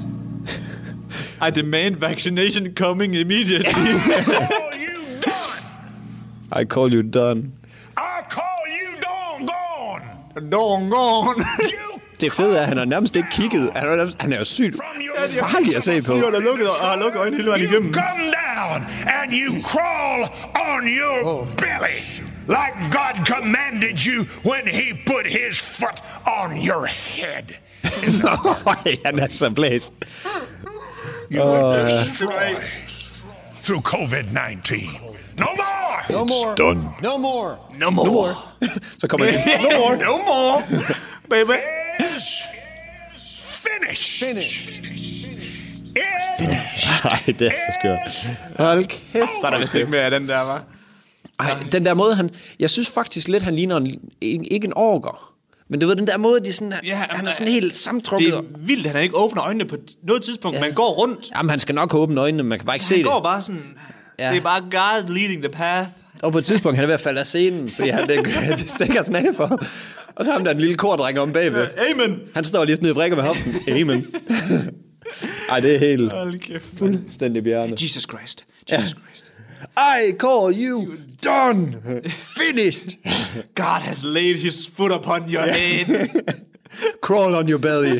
I demand vaccination coming immediately. I call you done. I call you done. I call you done gone. Long gone. You Det fede er, at han har nærmest ikke kigget. Han er, nærmest, han er jo sygt from your farlig at se på. Der lukket og har lukket øjnene hele vejen You igennem. come down and you crawl on your belly like God commanded you when he put his foot on your head. Øj, han er så blæst. You will destroy through covid nineteen. No more. No more. Done. No more. No more. No more. Så kommer han ind. No more. No more. Baby. Is finished. Finished. It Nej, det er så skørt. Hold kæft. Så er der vist ikke mere af den der, var. Ej, den der måde, han... Jeg synes faktisk lidt, han ligner en, en, ikke en orker. Men du ved, den der måde, de sådan, Ja, han, han er sådan øh, helt sammentrukket. Det er vildt, at han ikke åbner øjnene på noget tidspunkt. Ja. Man går rundt. Jamen, han skal nok åbne øjnene, man kan bare ikke se Han det. går bare sådan... Ja. Det er bare God leading the path. Og på et tidspunkt, han er ved at falde af scenen, fordi han det, det stikker sådan af for. Og så har han der en lille kordreng om bagved. Amen. Han står lige sådan og vrikker med hoften. Amen. Ej, det er helt Hold kæft. fuldstændig bjørne. Jesus Christ. Jesus Christ. I call you done. Finished. God has laid his foot upon your head. Crawl on your belly.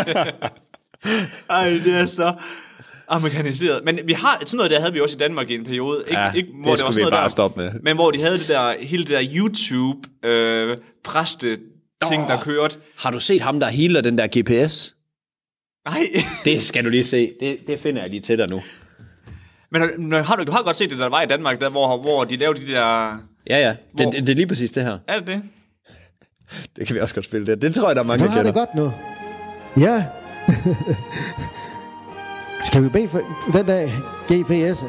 Ej, det er så amerikaniseret. Men vi har sådan noget, der havde vi også i Danmark i en periode. Ikke, Ja, ikke, det hvor var skulle sådan vi bare der, stoppe med. Men hvor de havde det der, hele det der YouTube øh, præste ting, oh. der kørte. Har du set ham, der healer den der G P S? Nej. Det skal du lige se. Det, det finder jeg lige til dig nu. Men når, har du, du har godt set det, der var i Danmark, der, hvor, hvor de lavede de der... Ja, ja. Det, Hvor- det, det er lige præcis det her. Er det det? Det kan vi også godt spille det. Det tror jeg, der er mange, Du der har det kender. godt nu. Ja. Skal vi bede for den der G P S?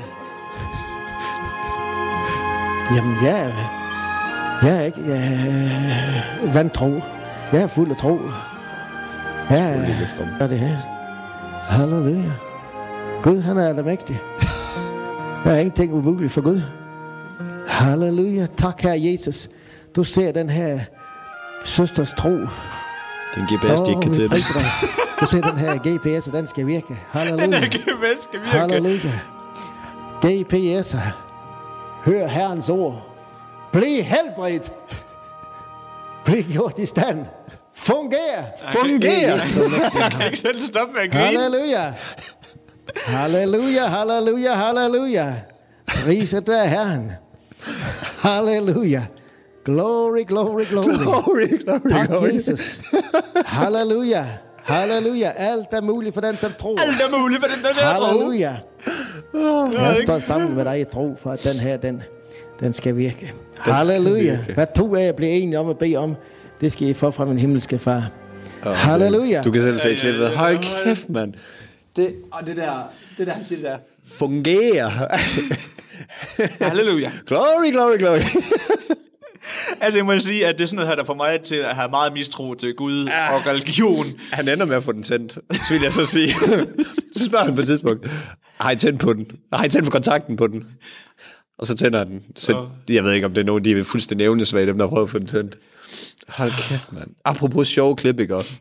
Jamen, ja. Jeg er ikke ja, vantro. Jeg er fuld af tro. Ja, ja, det her. Halleluja. Gud, han er almægtig. Der er ingenting umuligt for Gud. Halleluja. Tak, Herre Jesus. Du ser den her søsters tro. Den G P S, de ikke kan til det. Du ser den her G P S, og den skal virke. Halleluja. Den her G P S skal virke. Halleluja. G P S'er. Hør Herrens ord. Bliv helbredt. Bliv gjort i stand. Funger. Fungerer! Jeg kan ikke selv stoppe med at grine. Halleluja. Halleluja, halleluja, halleluja. Priset være Herren. Halleluja. Glory, glory, glory. Glory, glory, Tak, glory. Jesus. Halleluja. Halleluja. Alt er muligt for den, som tror. Alt er muligt for den, der tror. Halleluja. Jeg står sammen med dig i tro, for at den her, den, den skal virke. Den Halleluja. Skal virke. Hvad to af jer bliver enige om at bede om, det skal I få fra min himmelske far. Oh, Halleluja. Du kan selv se klippet. Hold kæft, mand. Det, og det der, det der, han siger det der. Fungerer. Halleluja. Glory, glory, glory. Altså, jeg må sige, at det er sådan noget her, der får mig til at have meget mistro til Gud ja. og religion. Han ender med at få den tændt, så vil jeg så sige. Så spørger han på et tidspunkt, har I tændt på den? Har I tændt på kontakten på den? Og så tænder den. Så, oh. Jeg ved ikke, om det er nogen, de er fuldstændig evnesvage, dem der prøver at få den tændt. Hold kæft, mand. Apropos sjove klip, ikke også?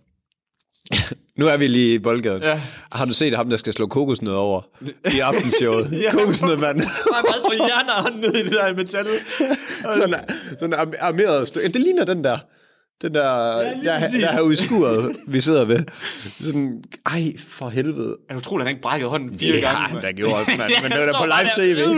Nu er vi lige i boldgaden. Ja. Har du set ham, der skal slå kokosnød over i aftenshowet? Ja. Kokosnød, mand. Han bare slå hjerner ned i det der metal. Sådan, sådan en armeret stykke. Det ligner den der. Den der, ja, der, der er udskuret, vi sidder ved. Sådan, ej, for helvede. Er du tror, at han ikke brækkede hånden fire ja, gange? Ja, der gjorde det, mand. Men det var da på live tv.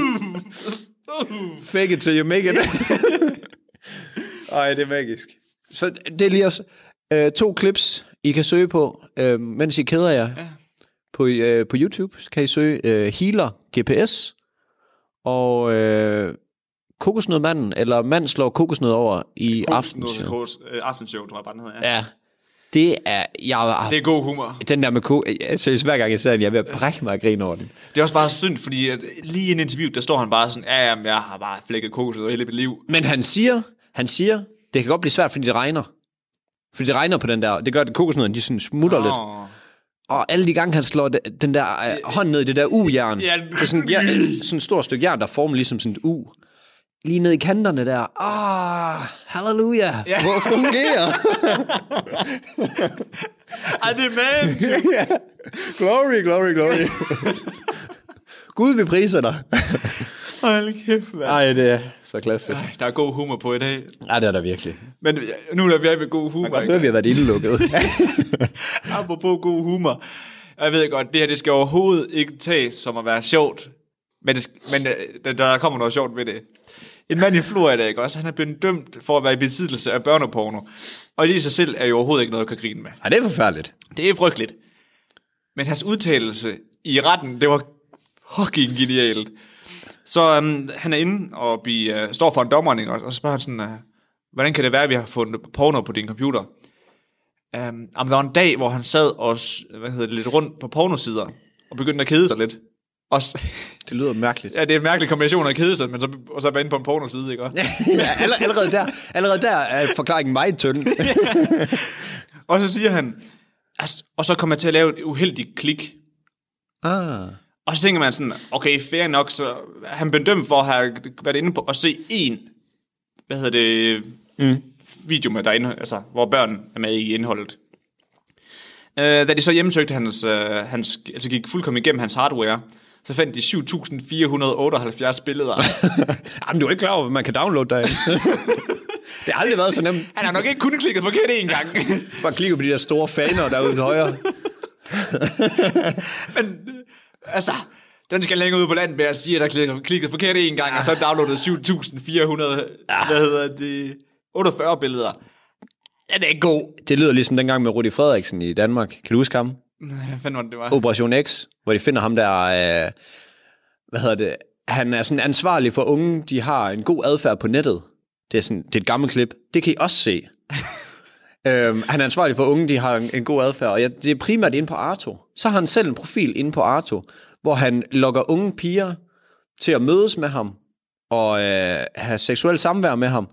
Fake it till you make it. Ej, det er magisk. Så det er lige også øh, to clips, I kan søge på, øh, mens I keder jer. Ja. På, øh, på YouTube kan I søge øh, Healer G P S og øh, Kokosnødmanden, eller Mand slår kokosnød over i Aftenshow. Øh, aftenshow, tror jeg bare, den hedder. Ja. Ja. Det er, jeg, det er god humor. Den der med ko... Jeg synes, hver gang jeg ser den, jeg er ved at brække mig og grine over den. Det er også bare synd, fordi at lige i en interview, der står han bare sådan, ja, jamen, jeg har bare flækket kokosnød hele mit liv. Men han siger, han siger, det kan godt blive svært, fordi det regner. Fordi det regner på den der, det gør, at kokosnøden, de sådan smutter oh. lidt. Og alle de gange, han slår den der øh, hånd ned i det der U-jern, ja. Det er sådan, ja, sådan et stort stykke jern, der former ligesom sådan et U. Lige ned i kanterne der. Ah, halleluja. Ja. Hvor fungerer? Ej, det er man. Ja. Glory, glory, glory. Gud, vi priser dig. Hold kæft, mand. Ej, det er så klasse. Ej, der er god humor på i dag. Ej, det er der virkelig. Men nu er der ved god humor. Man kan høre, vi har været indelukket. Apropos god humor. Jeg ved godt, det her det skal overhovedet ikke tages som at være sjovt. Men, det, men der, der kommer noget sjovt ved det. En mand i Florida, ikke også? Han er blevet dømt for at være i besiddelse af børneporno. Og det i sig selv er jo overhovedet ikke noget at kan grine med. Ej, det er forfærdeligt. Det er frygteligt. Men hans udtalelse i retten, det var fucking genialt. Så um, han er inde og bi, uh, står for en dommer, ikke? Og så spørger han sådan, uh, hvordan kan det være, at vi har fundet porno på din computer? Um, om der var en dag, hvor han sad og hvad hedder det, lidt rundt på pornosider, og begyndte at kede sig lidt. Og s- det lyder mærkeligt. Ja, det er en mærkelig kombination at kede sig, men så, og så være inde på en pornoside, ikke? Ja, allerede der, allerede der er forklaringen meget tynd. Og så siger han, altså, og så kommer jeg til at lave et uheldigt klik. Ah. Og så tænker man sådan, okay, fair nok, så han blev dømt for at have været inde på at se en, hvad hedder det, mm. video med derinde, altså, hvor børn er med i indholdet. Uh, da de så hjemsøgte hans, uh, hans, altså gik fuldkommen igennem hans hardware, så fandt de syv tusind fire hundrede otteoghalvfjerds billeder. Jamen, du er ikke klar over, hvad man kan downloade derinde. Det har aldrig været så nemt. Han har nok ikke kun klikket forkert en gang. Bare klikker på de der store faner derude til højre. Men, altså, den skal længere ud på landet med at sige, at der klikker, klikket forkert en gang, ja. Og så downloadet syv tusind fire hundrede, ja. Hvad hedder det, otteogfyrre billeder. Ja, det er god. Det lyder ligesom dengang med Rudi Frederiksen i Danmark. Kan du huske ham? Nej, hvad fanden var det, det var? Operation X, hvor de finder ham der, øh, hvad hedder det, han er sådan ansvarlig for unge, de har en god adfærd på nettet. Det er, sådan, det er et gammelt klip. Det kan I også se. øhm, han er ansvarlig for unge, de har en, en god adfærd, og ja, det er primært inde på Arto. Så har han selv en profil inde på Arto, hvor han lokker unge piger til at mødes med ham, og øh, have seksuel samvær med ham,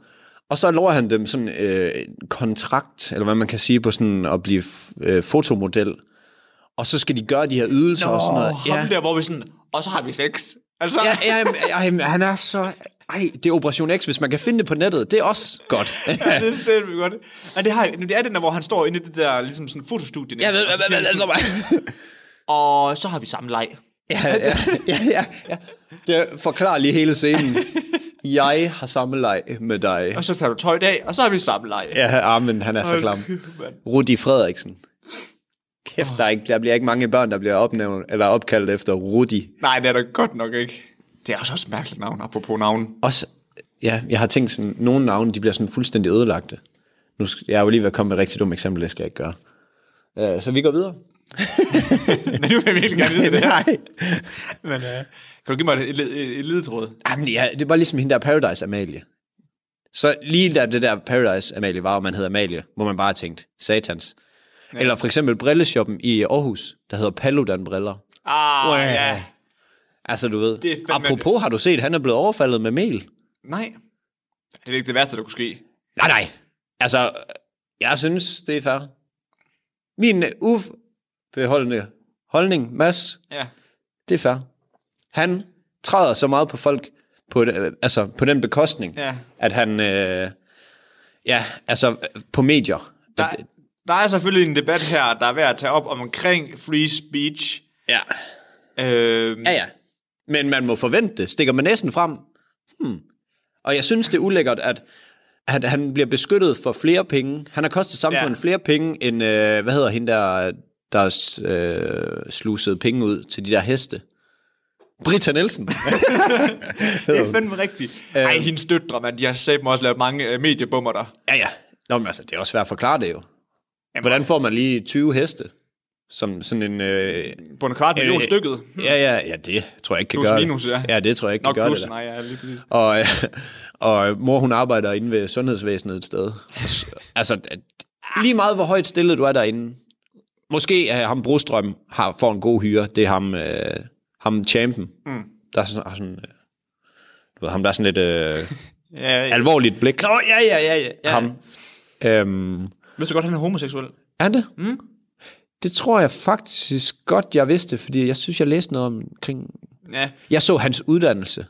Og så lover han dem sådan øh, en kontrakt, eller hvad man kan sige, på sådan at blive øh, fotomodel. Og så skal de gøre de her ydelser Nå, og sådan noget. ham der, hvor vi sådan, og så har vi sex. Altså. Ja, ja, ja, han er så... Ej, det er Operation X, hvis man kan finde det på nettet. Det er også godt. Ja, det er simpelthen godt. Og det, har, det er den der, hvor han står inde i det der, ligesom sådan fotostudie. Ja, hvad, hvad, hvad, hvad, hvad, og så har vi samme leg. Ja, ja, ja, ja, ja. Det forklarer lige hele scenen. Jeg har samme leg med dig. Og så tager du tøjet af, og så har vi samme leg. Ja, men han er så klam. Rudi Frederiksen. Kæft, der, er ikke, der bliver ikke mange børn, der bliver opnævnt, eller opkaldt efter Rudi. Nej, det er da godt nok ikke. Det er også også et mærkeligt navn, apropos navn. Også, ja, jeg har tænkt sådan, nogle navne, de bliver sådan fuldstændig ødelagte. Nu skal, jeg er jo lige ved at komme med et rigtig dumt eksempel, det skal jeg ikke gøre. Uh, så vi går videre. Men nu vil jeg virkelig gerne vide det. Nej. Men uh, kan du give mig et, et, et, et ledetråd? Jamen, ja, det var ligesom hende der Paradise Amalie. Så lige da det der Paradise Amalie var, og man hedder Amalie, hvor man bare har tænkt, satans. Ja. Eller for eksempel brilleshoppen i Aarhus, der hedder Paludan Briller. Ah, wow. Ja. Altså, du ved. Det er apropos, det. Har du set, han er blevet overfaldet med mel? Nej. Det er ikke det værste, der kunne ske. Nej, nej. Altså, jeg synes, det er fair. Min ubeholdende holdning, Mads, ja. Det er fair. Han træder så meget på folk, på, det, altså på den bekostning, ja. At han, øh, ja, altså på medier. Der, at, der er selvfølgelig en debat her, der er værd at tage op omkring free speech. Ja. Øhm. Ja, ja. Men man må forvente det. Stikker man næsten frem. Hmm. Og jeg synes, det er ulækkert, at, at han bliver beskyttet for flere penge. Han har kostet samfundet ja. flere penge, end, øh, hvad hedder hende der, der øh, slusede penge ud til de der heste. Britta Nielsen. Det er fandme rigtigt. Ej, hendes døtre, man, de har sagt mig også lavet mange øh, mediebummer der. Ja, ja. Nå, men altså, det er også svært at forklare det jo. Jamen, hvordan får man lige tyve heste? Som sådan en... Øh, på en kvart million øh, stykket. Ja, ja, ja, det tror jeg ikke kan plus gøre minus, det. Ja. ja, det tror jeg ikke nok kan plus, gøre nej, ja, lige præcis. Og, øh, og mor, hun arbejder inde ved sundhedsvæsenet et sted. Altså, lige meget hvor højt stillet du er derinde. Måske uh, ham Brostrøm har, får en god hyre. Det er ham, øh, ham champion. Mm. Der er sådan... sådan øh, du ved, ham der er sådan lidt øh, ja, ja. alvorligt blik. Nå, ja, ja, ja, ja. ja. Ham. Øhm, Vidste du godt, han er homoseksuel? Er det? Mm. Det tror jeg faktisk godt, jeg vidste, fordi jeg synes, jeg læste noget omkring... Ja. Jeg så hans uddannelse.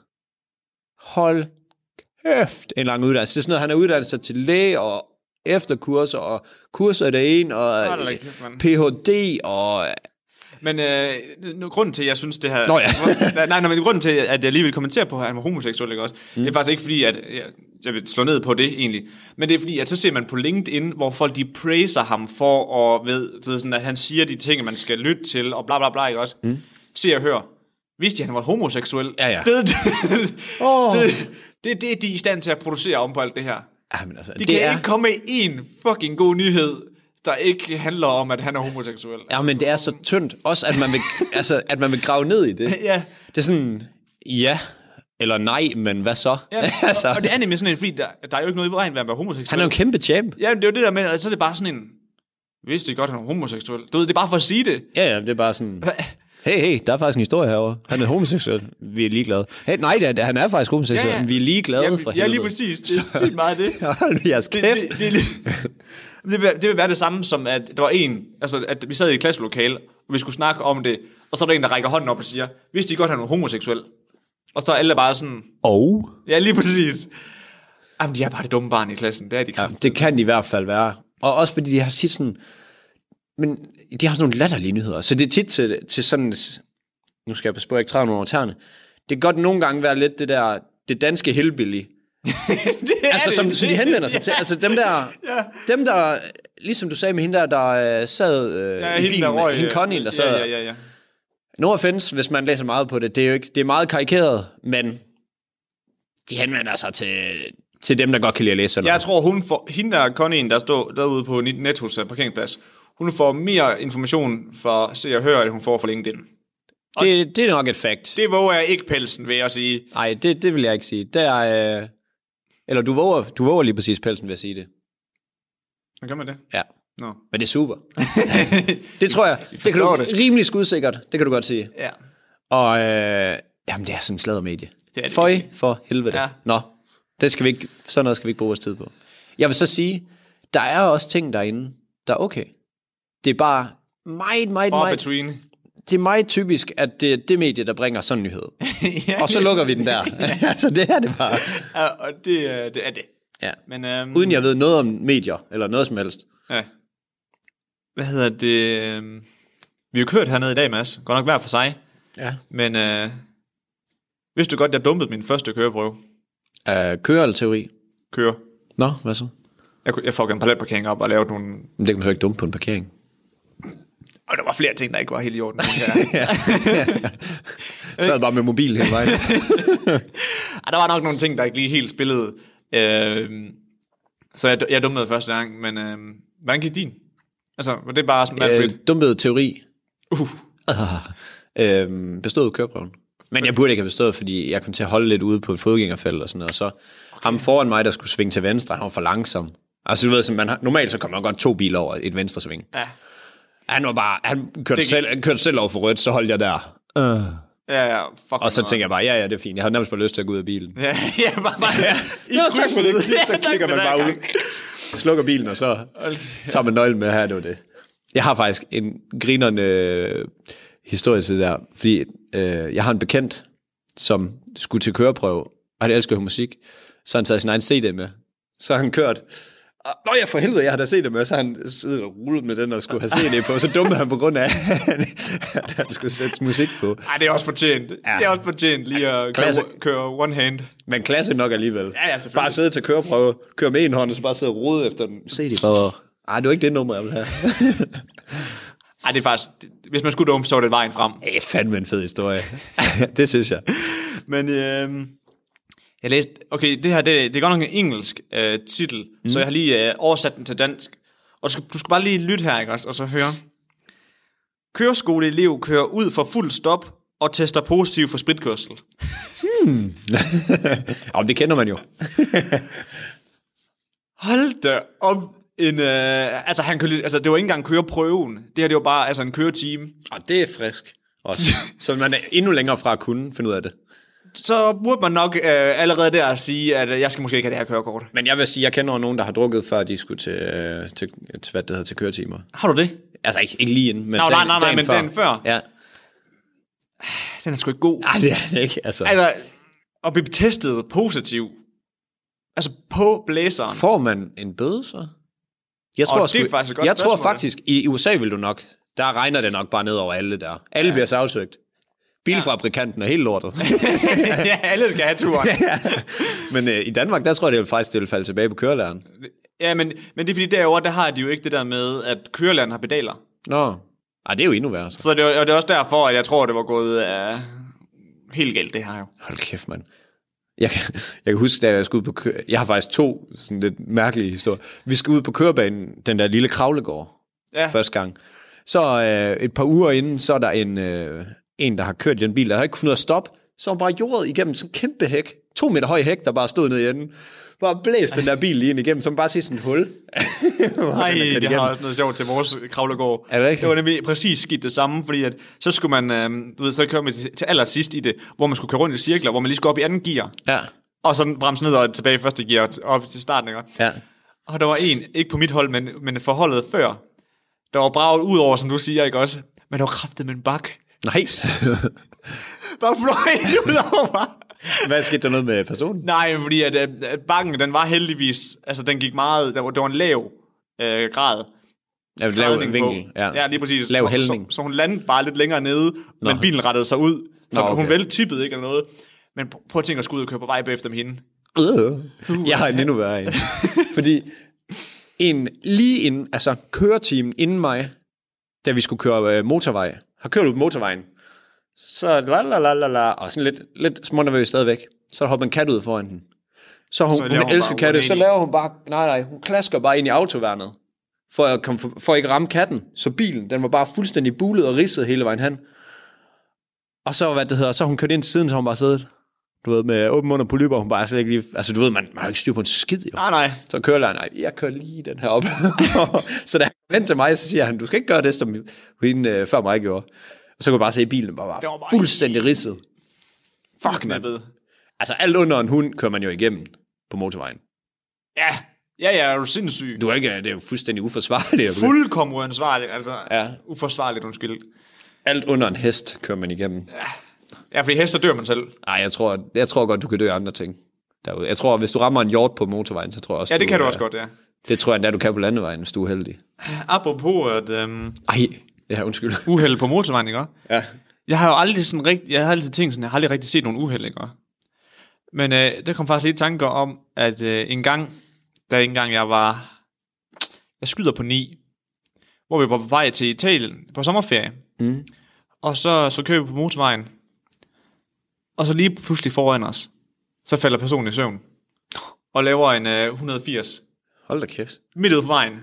Hold kæft, en lang uddannelse. Det er sådan noget, han er uddannet sig til læge og efterkurser og kurser i det ene og P H D og... Men øh, nu, grunden til, at jeg synes det her... Nå ja. nej, nej, men grunden til, at jeg lige vil kommentere på, at han var homoseksuel, ikke også? Mm. Det er faktisk ikke fordi, at jeg, jeg vil slå ned på det egentlig. Men det er fordi, at så ser man på LinkedIn, hvor folk de praiser ham for at ved, ved sådan, at han siger de ting, man skal lytte til, og bla bla bla, ikke også? Mm. Se og hør. Vidste de, at han var homoseksuel? Ja, ja. Det, det, oh. det, det, det er de i stand til at producere om på alt det her. Ja, men altså, de det kan er... ikke komme med en fucking god nyhed, der ikke handler om, at han er homoseksuel. Ja, men det er så tyndt. Også, at man vil, altså, at man vil grave ned i det. Ja. Det er sådan, ja, eller nej, men hvad så? Ja, altså. og, og det er nemlig sådan en, fordi der, der er jo ikke noget i vejen ved at være homoseksuel. Han er jo en kæmpe champ. Ja, men det er jo det der med, at så er det bare sådan en, vidste I godt, at han er homoseksuel? Du ved, det er bare for at sige det. Ja, ja, det er bare sådan... Hey, hey, der er faktisk en historie herovre. Han er homoseksuel. Vi er ligeglade. Hey, nej, det er, han er faktisk homoseksuel. Ja, ja. Vi er ligeglade ja, for helvede. Ja, lige præcis. Det er sygt meget det. Hold jeres kæft. Det, det, det, det, det, vil, det vil være det samme som, at der var en, altså at vi sad i et klasselokale, og vi skulle snakke om det, og så er der en, der rækker hånden op og siger, vidste I godt, at han er homoseksuel? Og så er alle bare sådan... Oh. Ja, lige præcis. Jamen, de er bare det dumme barn i klassen. Det er de ja, det kan de i hvert fald være. Og også fordi de har sit sådan... Men de har sådan nogle latterlige nyheder. Så det er tit til, til sådan... Nu skal jeg passe på, jeg ikke træder nogle over tæerne. Det kan godt nogle gange være lidt det der... Det danske hillbilly. det altså, det, som, det, som de henvender det, sig til. Altså, dem der... ja. Dem der... Ligesom du sagde med hende der, der uh, sad uh, ja, i bilen med hende Connie, der sad... Ja, ja, ja, ja. No offense, hvis man læser meget på det. Det er jo ikke... Det er meget karikeret, men... De henvender sig til... Til dem, der godt kan lide at læse sådan Jeg noget. tror, hun får... Hende der Connie, der står derude på Nettos parkeringsplads... Hun får mere information for Se og Hør, end hun får for LinkedIn. Det, det er nok et fact. Det våger jeg ikke pelsen, vil jeg sige. Nej, det, det vil jeg ikke sige. Det er, øh... Eller du våger, du våger lige præcis pelsen ved at sige det. Hvad gør man det? Ja. No. Men det er super. det tror jeg. Det kan du, det. Rimelig skudsikkert, det kan du godt sige. Ja. Og øh... jamen, det er sådan en sladdermedie. Det er det. Føj for helvede. Ja. Nå, Det skal vi ikke, sådan noget skal vi ikke bruge vores tid på. Jeg vil så sige, der er også ting derinde, der er okay. Det er bare meget, meget, Far meget... between. Det er meget typisk, at det er det medie, der bringer sådan en nyhed. Ja, og så lukker vi den der. Altså, det er det bare. Ja, og det, øh, det er det. Ja. Men, øhm, Uden jeg ved noget om medier, eller noget som helst. Ja. Hvad hedder det? øhm, Vi har jo kørt hernede i dag, Mads. Godt nok hver for sig. Ja. Men øh, vidste du godt, jeg dumpede min første køreprøve? Uh, kører eller teori? Køre. Nå, hvad så? Jeg, jeg får en parallelparkering op og lavet nogle... Men det kan man så ikke dumpe på en parkering. Og der var flere ting, der ikke var helt i orden. ja. Så sad bare med mobil hele vejen. Ej, der var nok nogle ting, der ikke lige helt spillede. Øh, så jeg, jeg dummede første gang. Men øh, hvordan gik din? Altså, var det bare sådan øh, dumpede teori. Uh. øh, bestod køreprøven. Men jeg burde ikke have bestået, fordi jeg kom til at holde lidt ude på et fodgængerfelt og sådan noget. Og så okay. ham foran mig, der skulle svinge til venstre, han var for langsom. Altså du ved, så man har, normalt så kommer man godt to biler over et venstre sving. Ja. Han var bare, han kørte, selv, han kørte selv over for rødt, så holdt jeg der. Uh. Ja, ja, og så tænker jeg bare, ja, ja, det er fint. Jeg havde nærmest bare lyst til at gå ud af bilen. Ja, ja, bare, bare ja. Nå, tak for det. Så klikker man bare ud. Slukker bilen, og så tager man nøglen med her, det var det. Jeg har faktisk en grinerende øh, historie til det der, fordi øh, jeg har en bekendt, som skulle til køreprøve, og han elsker musik, så han taget sin egen C D med. Så har han kørt. Nå ja, for helvede, jeg har da set det med, så han sidder og rullet med den og skulle have C D på, så dummede han på grund af, at han skulle sætte musik på. Ej, det er også fortjent. Ja. Det er også fortjent lige at køre, køre one hand. Men klasse nok alligevel. Ja, ja, selvfølgelig. Bare sidde til køreprøve, køre med en hånd, og så bare sidde og rode efter den C D. Ej, det var ikke det nummer, jeg ville have. Ej, det er faktisk, hvis man skulle dumme, så var det vejen frem. Det er fandme en fed historie. Det synes jeg. Men øh, jeg læste, okay, det her, det, det er godt nok en engelsk øh, titel, mm. så jeg har lige øh, oversat den til dansk. Og du skal, du skal bare lige lytte her, ikke også, og så høre. Køreskoleelev kører ud for fuld stop og tester positiv for spritkørsel. Hmm. Og det kender man jo. Hold da op. En, øh, altså, han kunne, altså, det var ikke engang køreprøven. Det her, det var bare altså, en køretime. Og det er frisk. Også. Så man er endnu længere fra at kunne finde ud af det. Så burde man nok øh, allerede der sige, at øh, jeg skal måske ikke have det her kørekort. Men jeg vil sige, jeg kender nogen, der har drukket, før de skulle til, øh, til, til hvad det hedder, til køretimer. Har du det? Altså ikke, ikke lige inden, men Nå, den, nej, nej, nej, men før. den før. Ja. Den er sgu ikke god. Nej, det er det ikke. Altså. altså at blive testet positiv. Altså på blæseren. Får man en bøde så? Jeg tror, og det er faktisk et godt jeg tror spørgsmål. faktisk, i U S A vil du nok, der regner det nok bare ned over alle der. Alle ja. bliver sagsøgt. Bilfabrikanten er helt lortet. Ja, alle skal have turen. Ja. Men øh, i Danmark, der tror jeg, det vil faktisk det vil falde tilbage på kørelæreren. Ja, men, men det er fordi derovre, der har de jo ikke det der med, at kørelæreren har pedaler. Nå, Ej, det er jo endnu værre. Så, så det, var, og det er også derfor, at jeg tror, det var gået uh, helt galt, det her jo. Hold kæft, mand. Jeg kan, jeg kan huske, da jeg skulle ud på kø- Jeg har faktisk to sådan lidt mærkelige historier. Vi skal ud på kørebanen, den der lille kravlegård, ja. første gang. Så øh, et par uger inden, så er der en, øh, en, der har kørt i den bil, der har ikke kunnet finde ud af at stoppe. Så har hun bare jordet igennem sådan en kæmpe hæk. To meter høj hæk, der bare stod nede i enden. Bare blæst den der bil lige ind igennem, som bare siger sådan et hul. Nej, det har også noget sjovt til vores kravlegård. Er det rigtigt? Det var nemlig præcis skidt det samme, fordi at, så skulle man, øh, du ved, så køre med til, til allersidst i det, hvor man skulle køre rundt i cirkler, hvor man lige skulle op i anden gear. Ja. Og så bremse ned og tilbage i første gear op til starten, ikke? Ja. Og der var en, ikke på mit hold, men, men forholdet før, der var braget ud over, som du siger, ikke også? Men der var kraftet med en bak. Nej. Bare fløj ud over. Hvad skete der noget med personen? Nej, fordi at, at bakken, den var heldigvis, altså den gik meget, der var, der var en lav øh, grad. Ja, lav vinkel. Ja. ja, lige præcis. Lav så, hældning. Så, så hun landede bare lidt længere nede, Nå. men bilen rettede sig ud. Så Nå, okay. hun vel tippede ikke eller noget. Men prøv at tænke at skulle ud og køre på vej bagefter med hende. Øh. Jeg har en endnu værre en. Fordi en lige inden, altså køreteam inden mig, da vi skulle køre øh, motorvej, har kørt ud på motorvejen, så la la la la la, og sådan lidt, lidt smånervøs stadigvæk. Så hopper en kat ud foran den. Så hun, så hun, hun elsker katte, så laver hun bare, nej nej, hun klasker bare ind i autoværnet, for at, komme, for, for at ikke ramme katten. Så bilen, den var bare fuldstændig bulet og ridset hele vejen hen. Og så, hvad det hedder, så hun kørte ind til siden, så hun bare siddet, du ved, med åben mund og polypper, hun bare slet ikke lige, altså du ved, man, man har ikke styr på en skid, jo. Nej, nej. Så kører læreren, nej, jeg kører lige den her op. Så da han vendte til mig, så siger han, du skal ikke gøre det, som hende øh, før mig gjorde. Og så kunne jeg bare se, at bilen bare var, var bare fuldstændig ridset. Fuck, man. Altså alt under en hund kører man jo igennem. på motorvejen. Ja, ja, ja, er du sindssyg. Du er ikke, det er jo fuldstændig uforsvarligt. Fuldkommen uansvarligt, altså Ja. uforsvarligt, undskyld. Alt under en hest kører man igennem. Ja, fordi hester dør man selv. Nej, jeg tror, jeg tror godt, du kan dø af andre ting derude. Jeg tror, hvis du rammer en hjort på motorvejen, så tror jeg også, Ja, det kan du øh, også godt, ja. Det tror jeg endda, du kan på landevejen, hvis du er heldig. Apropos at øhm, Ej, ja, undskyld. uheld på motorvejen, ikke? Ja. Jeg har jo aldrig sådan rigt, jeg har altid tænkt sådan, jeg har aldrig rigtig set nogen uheld, ikke? Men øh, der kom faktisk lidt tanker om, at øh, en gang, da en gang jeg var, jeg skyder på ni, hvor vi var på vej til Italien på sommerferie, Mm. og så, så kører vi på motorvejen, og så lige pludselig foran os, så falder personen i søvn, og laver en øh, et hundrede og firs, Hold da kæft. midt ude på vejen.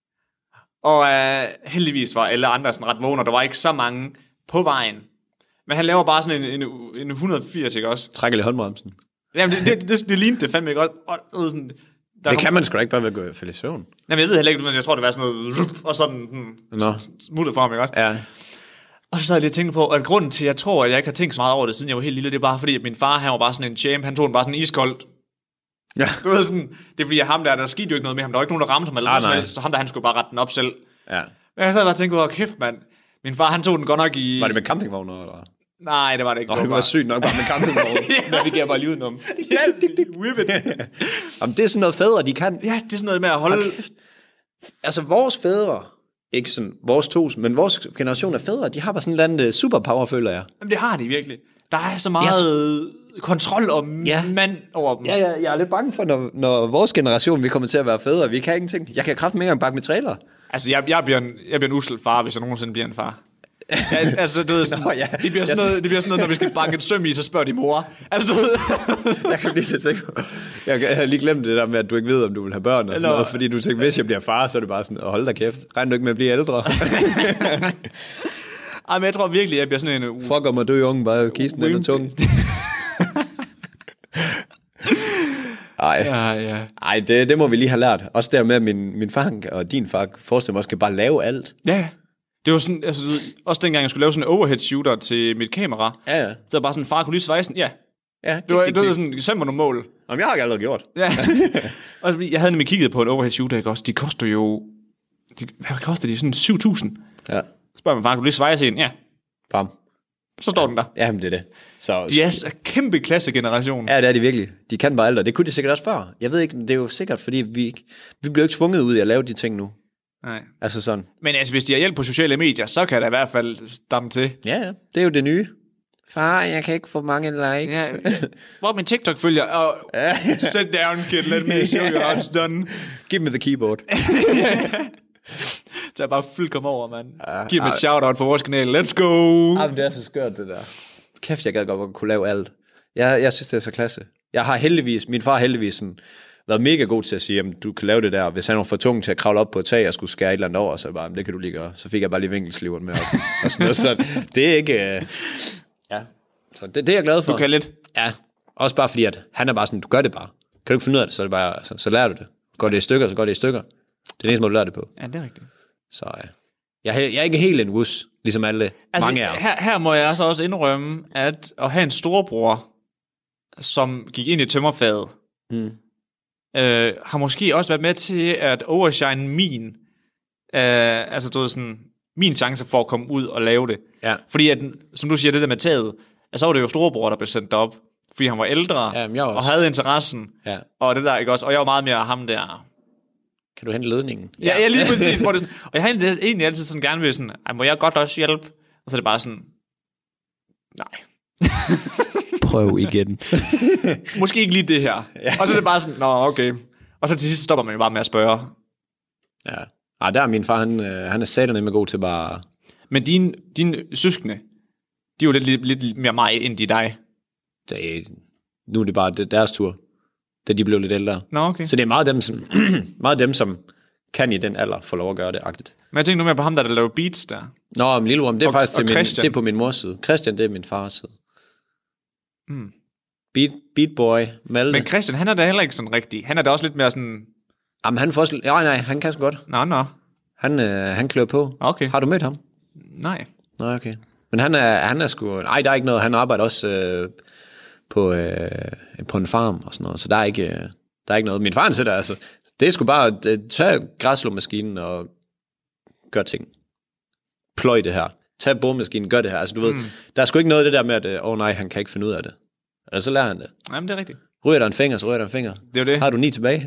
Og øh, heldigvis var alle andre sådan ret vågne, og der var ikke så mange på vejen. Men han laver bare sådan en, en, en et hundrede og firs, ikke også? Trækker lidt håndbremsen. Jamen, det, det, det, det lignede det fandme ikke godt. Og, og sådan, der Det kom, kan man sgu da ikke bare ved at gå i falde i søvn. Jamen, jeg ved heller ikke, men jeg tror, det var sådan noget, og sådan hmm, Nå. smuttet for ham, ikke også? Ja. Og så sad jeg lige og tænkte på, at grunden til, at jeg tror, at jeg ikke har tænkt så meget over det, siden jeg var helt lille, det er bare fordi, at min far, han var bare sådan en champ, han tog den bare sådan iskoldt. Ja. Du ved sådan, det er fordi, at ham der, der skete jo ikke noget med ham, der var ikke nogen, der ramte ham, eller Ah, noget som nej. helst, så ham der, han skulle bare rette den op selv. Ja. Men jeg sad bare og tænkte på, kæft mand, min far, han tog den godt nok i... Var det med campingvogner, eller? Nej, det var det ikke. Nå, det var sygt nok bare med campingvogner. Ja. Navigerer bare lige udenom. Ja, whip it. Jamen, det er sådan noget fædre, de kan. Ja, det er sådan noget med at holde... Altså, vores fædre, ikke sådan vores tos, men vores generation af fædre, de har bare sådan en eller anden superpower, føler jeg. Jamen, det har de virkelig. Der er så meget kontrol og Ja. mand over dem. Ja, ja, jeg er lidt bange for, når, når vores generation, vi kommer til at være fædre, vi kan ingenting. Jeg kan kraft mere en bakke med trailer. Altså, jeg, jeg, bliver en, jeg bliver en usel far, hvis jeg nogensinde bliver en far. Ja, altså, du ved, sådan, Nå, ja. det, bliver sådan noget, det bliver sådan noget, når vi skal banke et søm i, så spørger de mor. Altså, du ved... Jeg kan blive så tænke på. Jeg, jeg har lige glemt det der med, at du ikke ved, om du vil have børn og sådan Nå. noget, fordi du tænker, hvis jeg bliver far, så er det bare sådan, hold da kæft, regn du ikke med at blive ældre. Ej, men jeg tror virkelig, jeg bliver sådan en... Fuck om at dø unge, bare kisten eller tungen. Ej, Ja, ja. Ej det, det må vi lige have lært. Også der med, at min, min far og din far forestiller mig også kan bare lave alt. Ja, det var sådan, altså, du ved, også dengang jeg skulle lave sådan en overhead shooter til mit kamera, Ja, ja. så var bare sådan, far kunne lige svejse den, ja. Ja, Det var, det var sådan, send mig nogle mål. Jamen, jeg har ikke allerede gjort. Ja. Og jeg havde nemlig kigget på en overhead shooter, ikke også? De koster jo... De, hvad koster de? Sådan syv tusind. Ja, Spørger man far, kunne du lige svejse en? Ja. bam. Så står den der. Ja, men det er det. Så, De er så kæmpe klassegeneration. Ja, det er de virkelig. De kan bare alt, og det kunne de sikkert også før. Jeg ved ikke, det er jo sikkert, fordi vi, ikke, vi bliver ikke tvunget ud i at lave de ting nu. Nej. Altså sådan. Men altså, hvis de har hjælp på sociale medier, så kan der i hvert fald stamme til. Ja, ja. Det er jo det nye. Far, jeg kan ikke få mange likes. Ja, ja. Hvor er min TikTok-følger? Og sit down, kid, let me show you how it's done. Give me the keyboard. Så jeg bare fyldt komme over, mand. Giv dem et shout-out på vores kanal. Let's go! Jamen, det er så skørt, det der. Kæft, jeg gad godt kunne lave alt. Jeg, jeg synes, det er så klasse. Jeg har heldigvis, min far har heldigvis sådan, været mega god til at sige, jamen, du kan lave det der. Hvis han var for tung til at kravle op på et tag og skulle skære et eller andet over, så bare, det kan du lige gøre. Så fik jeg bare lige vinkelsliveren med op. Og sådan noget. Så det er ikke... Øh... Ja. Så det, det er jeg glad for. Du kan lidt. Ja. Også bare fordi, at han er bare sådan, du gør det bare. Kan du ikke finde ud af det, så, er det bare, så, så lærer du det. Går det i stykker, så går det i stykker. Det er den eneste måde, du lærer det på. Ja, det er rigtigt. Så ja. Jeg, er- jeg er ikke helt en wus, ligesom alle Altså, mange af her, her må jeg altså også indrømme, at at have en storebror, som gik ind i tømmerfaget, Mm. øh, har måske også været med til at overshine min, øh, altså du ved sådan, min chance for at komme ud og lave det. Ja. Fordi at, som du siger, det der med taget, altså, så var det jo storebror, der blev sendt op, fordi han var ældre, Ja, men jeg og også. havde interessen, Ja. og det der, ikke også? Og jeg var meget mere ham der. Kan du hente ledningen? Ja, ja lige præcis. Hvor det sådan, og jeg har egentlig, egentlig altid sådan gerne vil sådan, "Ej, må jeg godt også hjælpe?" Og så er det bare sådan, nej. Prøv igen. Måske ikke lige det her. Ja. Og så er det bare sådan, nå, okay. Og så til sidst stopper man jo bare med at spørge. Ja. Ej, der er min far, han, øh, han er saterne med god til bare... Men dine, dine søskende, de er jo lidt, lidt, lidt mere mig end de dig. Det er, nu er det bare det, deres tur, da de blev lidt ældre. Nå, okay. Så det er meget dem, som, meget dem, som kan i den alder få lov at gøre det agtigt. Men jeg tænker nu mere på ham, der, der laver beats der. Nå, men lillebror, det er Og- faktisk til og min, Christian. det er på min mors side. Christian, det er min fars side. Mm. Beat, beat boy, Malte. Men Christian, han er da heller ikke sådan rigtig. Han er da også lidt mere sådan, Jamen, han får også... Ja, nej, han kan så godt. nå, nå, Han, øh, han klør på. okay. Har du mødt ham? Nej. Nej, okay. Men han er, han er sgu... Nej, der er ikke noget. Han arbejder også øh, på, øh, på en farm og sådan noget. Så der er ikke... Øh, Der er ikke noget. Min far sætter altså, det er sgu bare, tage græsslåmaskinen og gør ting. Pløj det her. Tag boremaskinen, gør det her. Altså du ved, mm. der er sgu ikke noget af det der med, at åh oh, nej, han kan ikke finde ud af det. Eller så lærer han det. Jamen, det er rigtigt. Ryger der en finger, så ryger der en finger. Det er jo det. Har du ni tilbage?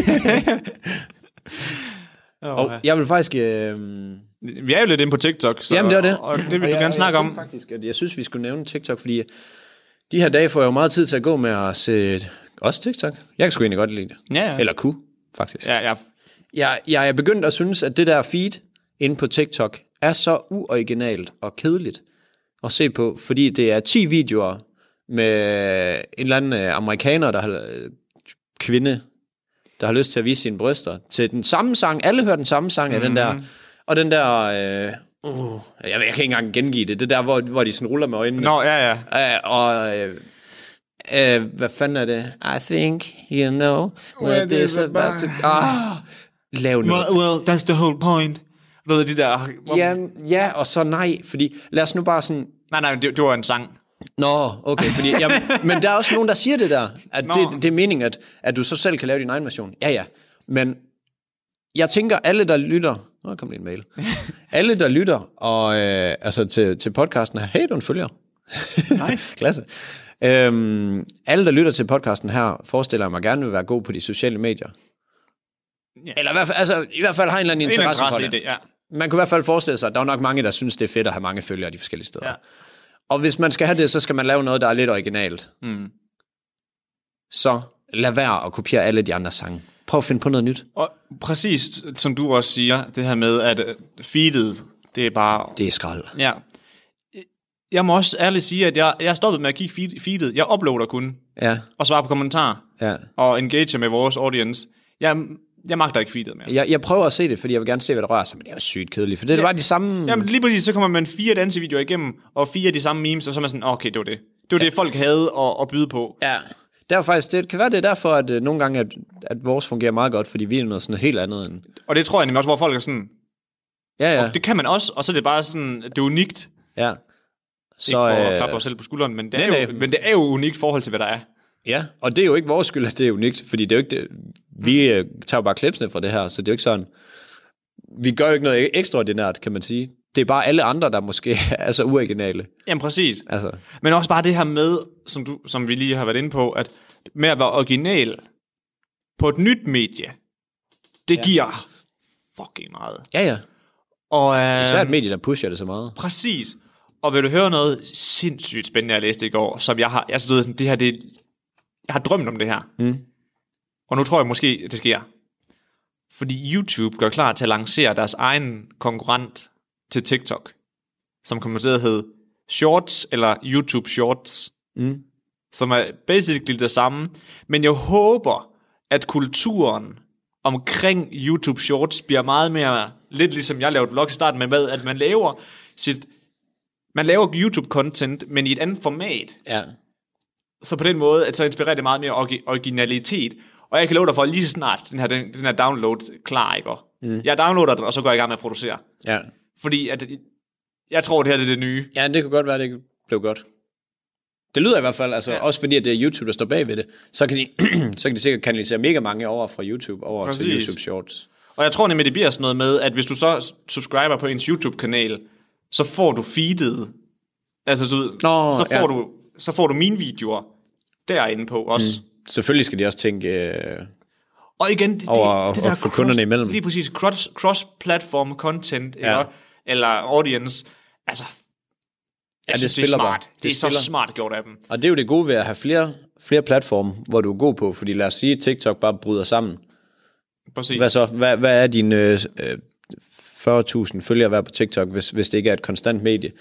Og jeg vil faktisk... Øh... Vi er jo lidt inde på TikTok, så, jamen, det er det. Og det vil du jeg, gerne snakke jeg, om. Jeg faktisk, at jeg synes, vi skulle nævne TikTok, fordi de her dage får jeg jo meget tid til at gå med at se også TikTok. Jeg kan sgu egentlig godt lide det. Ja, ja. Eller kunne, faktisk. Ja, ja. Jeg, jeg er begyndt at synes, at det der feed inde på TikTok er så uoriginalt og kedeligt at se på, fordi det er ti videoer med en eller anden amerikaner, der har kvinde, der har lyst til at vise sine bryster, til den samme sang. Alle hører den samme sang af mm-hmm. den der, og den der, øh, uh, jeg, jeg kan ikke engang gengive det, det der, hvor, hvor de sådan ruller med øjnene. Nå, ja, ja. Uh, og, øh, øh, hvad fanden er det? I think you know what this about to... Ah, lav noget. Well, well, that's the whole point. Ved de der... Ja, ja, og så nej, fordi lad os nu bare sådan... Nej, nej, det, det var en sang. Nå, okay, fordi, ja, men der er også nogen, der siger det der, at det, det er meningen, at, at du så selv kan lave din egen version. Ja, ja, men jeg tænker, alle der lytter, nå, der kom lige en mail, alle der lytter og, øh, altså til, til podcasten her, hey, du en følger. Nice. Klasse. Øhm, alle der lytter til podcasten her, forestiller jeg mig gerne vil være god på de sociale medier. Ja. Eller i hvert fald, altså, i hvert fald har en eller anden en interesse, interesse for det. det ja. Man kunne i hvert fald forestille sig, at der er nok mange, der synes, det er fedt at have mange følgere de forskellige steder. Ja. Og hvis man skal have det, så skal man lave noget, der er lidt originalt. Mm. Så lad være at kopiere alle de andre sange. Prøv at finde på noget nyt. Og præcis, som du også siger, det her med, at feedet, det er bare... Det er skrald. Ja. Jeg må også ærligt sige, at jeg, jeg er stoppet med at kigge feed, feedet. Jeg uploader kun. Ja. Og svarer på kommentarer. Ja. Og engager med vores audience. Jeg, jeg magter ikke feedet mere. Jeg, jeg prøver at se det, fordi jeg vil gerne se, hvad der rører sig, men det er jo sygt kedeligt, for det er ja. bare de samme... Jamen lige præcis, så kommer man fire dansevideoer igennem, og fire af de samme memes, og så er man sådan, okay, det var det. Det var ja. det, folk havde at, at byde på. Ja, det er faktisk, det kan være det er derfor, at uh, nogle gange, at, at vores fungerer meget godt, fordi vi er noget sådan helt andet end... Og det tror jeg nemlig også, hvor folk er sådan... Ja, ja. Og det kan man også, og så er det bare sådan, det er unikt. Ja. Så, ikke for at klappe os selv på skulderen, men det, er nej, jo, men det er jo unikt i forhold til, hvad der er. Ja, og det er jo ikke vores skyld, at det er unikt, fordi det er jo ikke det. Vi mm. tager jo bare klipsene fra det her, så det er jo ikke sådan... Vi gør jo ikke noget ekstraordinært, kan man sige. Det er bare alle andre, der måske er så uoriginale. Jamen præcis. Altså. Men også bare det her med, som, du, som vi lige har været inde på, at med at være original på et nyt medie, det ja. giver fucking meget. Ja, ja. Og, øh, især et medie, der pusher det så meget. Præcis. Og vil du høre noget sindssygt spændende, jeg læste i går, som jeg har, jeg så sådan, det her, det, jeg har drømt om det her. Mm. Og nu tror jeg måske, det sker. Fordi YouTube gør klar til at lancere deres egen konkurrent til TikTok, som kommer til at hedde Shorts, eller YouTube Shorts, mm. som er basically det samme. Men jeg håber, at kulturen omkring YouTube Shorts bliver meget mere, lidt ligesom jeg lavede vlog i starten, men hvad, at man laver sit, man laver YouTube-content, men i et andet format. Ja. Så på den måde, at så inspirerer det meget mere originalitet. Og jeg kan love dig for, lige så snart den her, den, den her download klar, ikke? Mm. Jeg downloader den, og så går jeg i gang med at producere. Ja. Fordi at, jeg tror, det her det er det nye. Ja, det kunne godt være, det blev godt. Det lyder i hvert fald, altså ja. Også fordi, at det er YouTube, der står bag ved det, så kan de, så kan de sikkert kanalisere mega mange over fra YouTube over Præcis. Til YouTube Shorts. Og jeg tror nemlig, det bliver sådan noget med, at hvis du så subscriber på ens YouTube-kanal, så får du feedet, altså du, Nå, så, får ja. du, så får du mine videoer derinde på også. Mm. Selvfølgelig skal de også tænke øh, og igen, det, over det, det der at få kunderne imellem. Lige præcis, cross, cross-platform content, ja. eller, eller audience, altså, jeg ja, synes, det, det er smart. Det, det er spiller. Så smart gjort af dem. Og det er jo det gode ved at have flere, flere platforme, hvor du er god på, fordi lad os sige, at TikTok bare bryder sammen. Præcis. Hvad så? Hvad, hvad er dine øh, fyrre tusind følgere værd på TikTok, hvis, hvis det ikke er et konstant medie?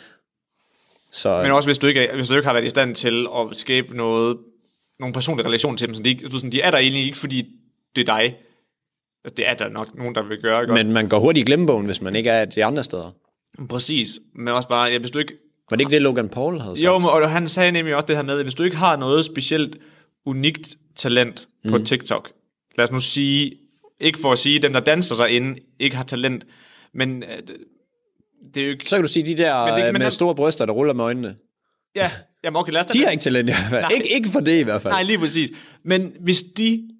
Så, men også hvis du, ikke, hvis du ikke har været i stand til at skabe noget, nogle personlige relationer til dem, så de, du, sådan, de er der egentlig ikke, fordi det er dig. Det er der nok nogen, der vil gøre. Ikke? Men man går hurtigt i glemmebogen, hvis man ikke er de andre steder. Præcis. Men også bare, ja, hvis du ikke... Var det ikke det, Logan Paul havde sagt? Jo, og han sagde nemlig også det her med, at hvis du ikke har noget specielt unikt talent på mm. TikTok, lad os nu sige, ikke for at sige, at dem, der danser derinde, ikke har talent, men det er jo ikke... Så kan du sige, de der men det, med han... store bryster, der ruller med øjnene. Ja, jamen okay, lad os de har ikke talent i hvert fald. Ikke, ikke for det i hvert fald. Nej, lige præcis. Men hvis de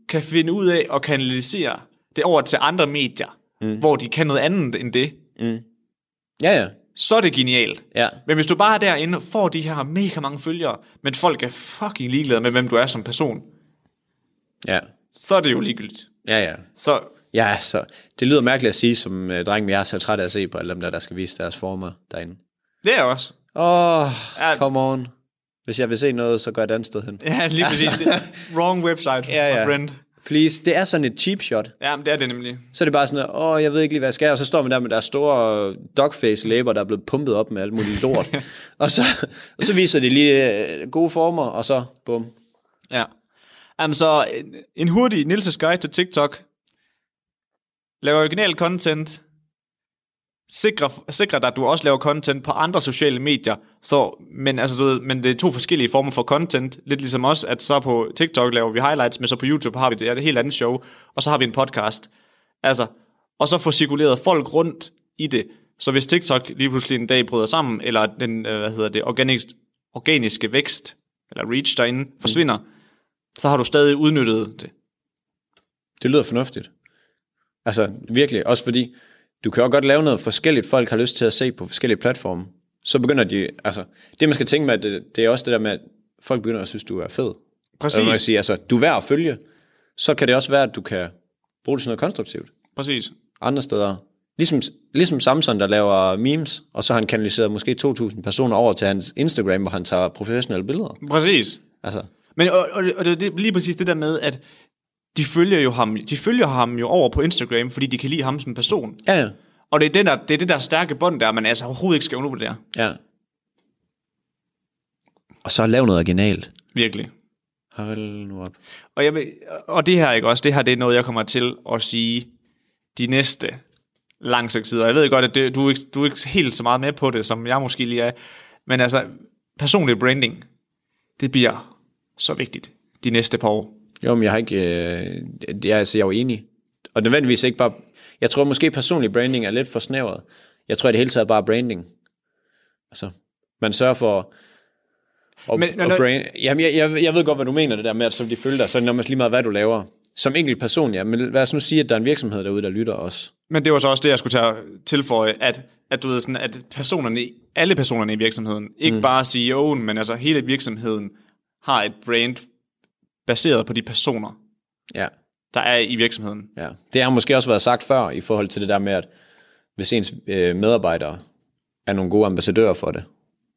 kan finde ud af at kanalisere det over til andre medier, mm. hvor de kan noget andet end det, Mm. Ja, ja. så er det genialt. Ja. Men hvis du bare er derinde og får de her mega mange følgere, men folk er fucking ligeglade med, hvem du er som person, Ja. så er det jo ligegyldigt. Ja, ja. Så Ja, så det lyder mærkeligt at sige som uh, dreng, men jeg er så træt af at se på alle dem der, der skal vise deres former derinde. det er jeg også. Åh, oh, Ja. come on. Hvis jeg vil se noget, så går jeg et andet sted hen. Ja, lige præcis. Det er wrong website, Ja, ja. my friend. Please, det er sådan et cheap shot. Ja, men det er det nemlig. Så er det bare sådan, at, åh, jeg ved ikke lige, hvad jeg skal. Og så står man der med deres store dogface-læber, der er blevet pumpet op med alt muligt lort. og, så, og så viser de lige øh, gode former, og så bum. Ja. Jamen så, en, en hurtig Niels' guide til TikTok. Lav original content. Sikre, sikre dig, at du også laver content på andre sociale medier. Så, men, altså, du ved, men det er to forskellige former for content. Lidt ligesom os, at så på TikTok laver vi highlights, men så på YouTube har vi det, det er et helt andet show. Og så har vi en podcast. Altså, og så få cirkuleret folk rundt i det. Så hvis TikTok lige pludselig en dag bryder sammen, eller den, øh, hvad hedder det, organisk, organiske vækst, eller reach derinde, forsvinder, mm. så har du stadig udnyttet det. Det lyder fornuftigt. Altså, virkelig. Også fordi, du kan jo godt lave noget forskelligt, folk har lyst til at se på forskellige platforme. Så begynder de, altså, det man skal tænke med, det, det er også det der med, at folk begynder at synes, du er fed. Præcis. Altså, sige, altså, du er værd at følge. Så kan det også være, at du kan bruge det til noget konstruktivt. Præcis. Andre steder. Ligesom, ligesom Samson, der laver memes, og så har han kanaliseret måske to tusind personer over til hans Instagram, hvor han tager professionelle billeder. Præcis. Altså. Men og, og, og det er lige præcis det der med, at de følger jo ham, de følger ham jo over på Instagram, fordi de kan lide ham som person. Ja, ja. Og det er, den der, det er det der stærke bånd der, man altså overhovedet ikke skal undervurdere. Ja. Og så lave noget originalt. Virkelig. Hold nu op. Og, jeg vil, og det her ikke også, det her det er noget, jeg kommer til at sige de næste lang stykke tid. Og jeg ved godt, at det, du, er ikke, du er ikke helt så meget med på det, som jeg måske lige er. Men altså, personlig branding, det bliver så vigtigt de næste par år. Jo, men jeg har ikke... Øh, jeg, altså, jeg er jo enig. Og nødvendigvis ikke bare... Jeg tror måske personlig branding er lidt for snævret. Jeg tror, det hele taget bare branding. Altså, man sørger for... Og, men, og når, brand, jamen, jeg, jeg, jeg ved godt, hvad du mener, det der med, at så de følger dig, så er det nærmest lige meget, hvad du laver. Som enkelt person, ja. Men lad os nu sige, at der er en virksomhed derude, der lytter os. Men det var så også det, jeg skulle tage tilføje, at, at, du ved, sådan, at personerne, alle personerne i virksomheden, ikke mm. bare C E O'en, men altså hele virksomheden, har et brand baseret på de personer, ja. der er i virksomheden. Ja. Det har måske også været sagt før, i forhold til det der med, at hvis ens øh, medarbejdere er nogle gode ambassadører for det,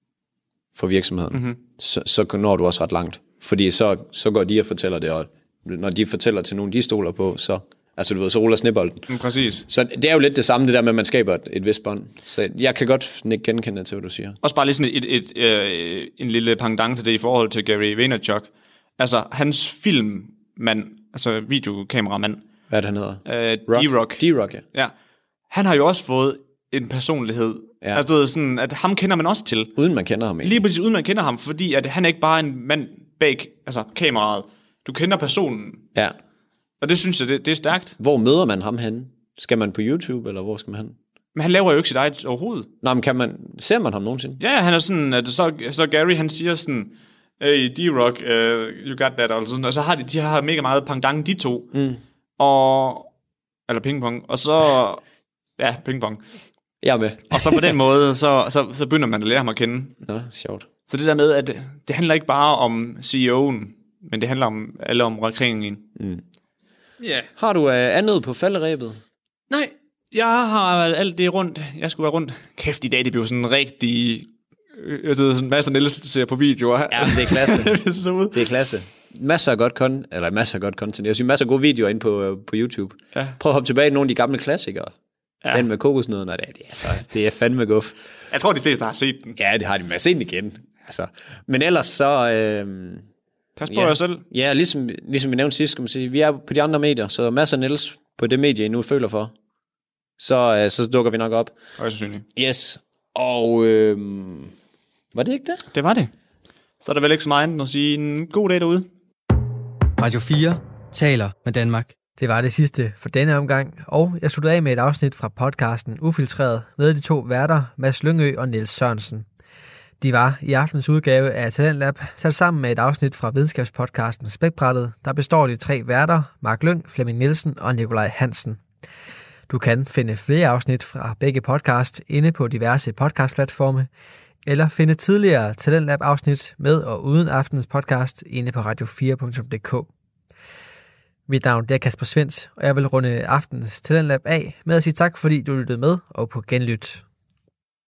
for virksomheden, mm-hmm. så, så når du også ret langt. Fordi så, så går de og fortæller det, og når de fortæller til nogen, de stoler på, så, altså, du ved, så ruller snebolden. Mm, præcis. Så det er jo lidt det samme, det der med, at man skaber et, et vist bånd. Så jeg kan godt ikke genkende til, hvad du siger. Også bare lige sådan et, et, et, øh, en lille pendant til det i forhold til Gary Vaynerchuk. Altså, hans filmmand, altså videokameramand. Hvad er det, han hedder? Øh, D-Rock. D-Rock, ja. Ja. Han har jo også fået en personlighed. Ja. Altså, du ved, sådan, at ham kender man også til. Uden man kender ham, ikke? Lige præcis, uden man kender ham, fordi at han er ikke bare en mand bag altså, kameraet. Du kender personen. Ja. Og det synes jeg, det, det er stærkt. Hvor møder man ham henne? Skal man på YouTube, eller hvor skal man hen? Men han laver jo ikke sit eget overhovedet. Nå, men kan man, ser man ham nogensinde? Ja, han er sådan, at så, så Gary, han siger sådan, hey, D-Rock, uh, you got that, og, sådan, og så har de, de har mega meget pendant, de to. Mm. Og, eller pingpong, og så, ja, pingpong. Jeg er med. Og så på den måde, så, så, så begynder man at lære ham at kende. Nå, sjovt. Så det der med, at det, det handler ikke bare om C E O'en, men det handler om alle omkring en. Mm. Yeah. Har du uh, andet på falderæbet? Nej, jeg har alt det rundt. Jeg skulle være rundt. Kæft, i dag det blev sådan en rigtig... Jeg ved, sådan Master Niels ser på videoer. Ja, det er klasse. Det er klasse. Masser af godt content, eller masser af godt content. Jeg synes masser af gode videoer inde på, uh, på YouTube. Ja. Prøv at hoppe tilbage i nogle af de gamle klassikere. Ja. Den med kokosnøden, og det er, altså, det er fandme guf. Jeg tror, de fleste har set den. Ja, det har de. Men set den igen. Altså. Men ellers så... Øh, Pas på ja, jer selv. Ja, ligesom, ligesom vi nævnte sidst, skal man sige. Vi er på de andre medier, så masser af Niels på det medie, I nu føler for. Så, øh, så dukker vi nok op. Højst sandsynligt. Yes. Og øh, var det ikke det? Det var det. Så er der vel ikke så meget andet at sige en god dag derude. Radio fire taler med Danmark. Det var det sidste for denne omgang, og jeg sluttede af med et afsnit fra podcasten Ufiltreret med de to værter, Mads Lyngø og Niels Sørensen. De var i aftens udgave af Talentlab sat sammen med et afsnit fra videnskabspodcasten Spækbrættet, der består af de tre værter, Mark Lyng, Flemming Nielsen og Nikolaj Hansen. Du kan finde flere afsnit fra begge podcasts inde på diverse podcastplatforme, eller finde tidligere Talentlab-afsnit med og uden aftens podcast inde på radio fire punktum d k. Mit navn er Kasper Svens, og jeg vil runde aftens Talentlab af med at sige tak, fordi du lyttede med og på genlyt.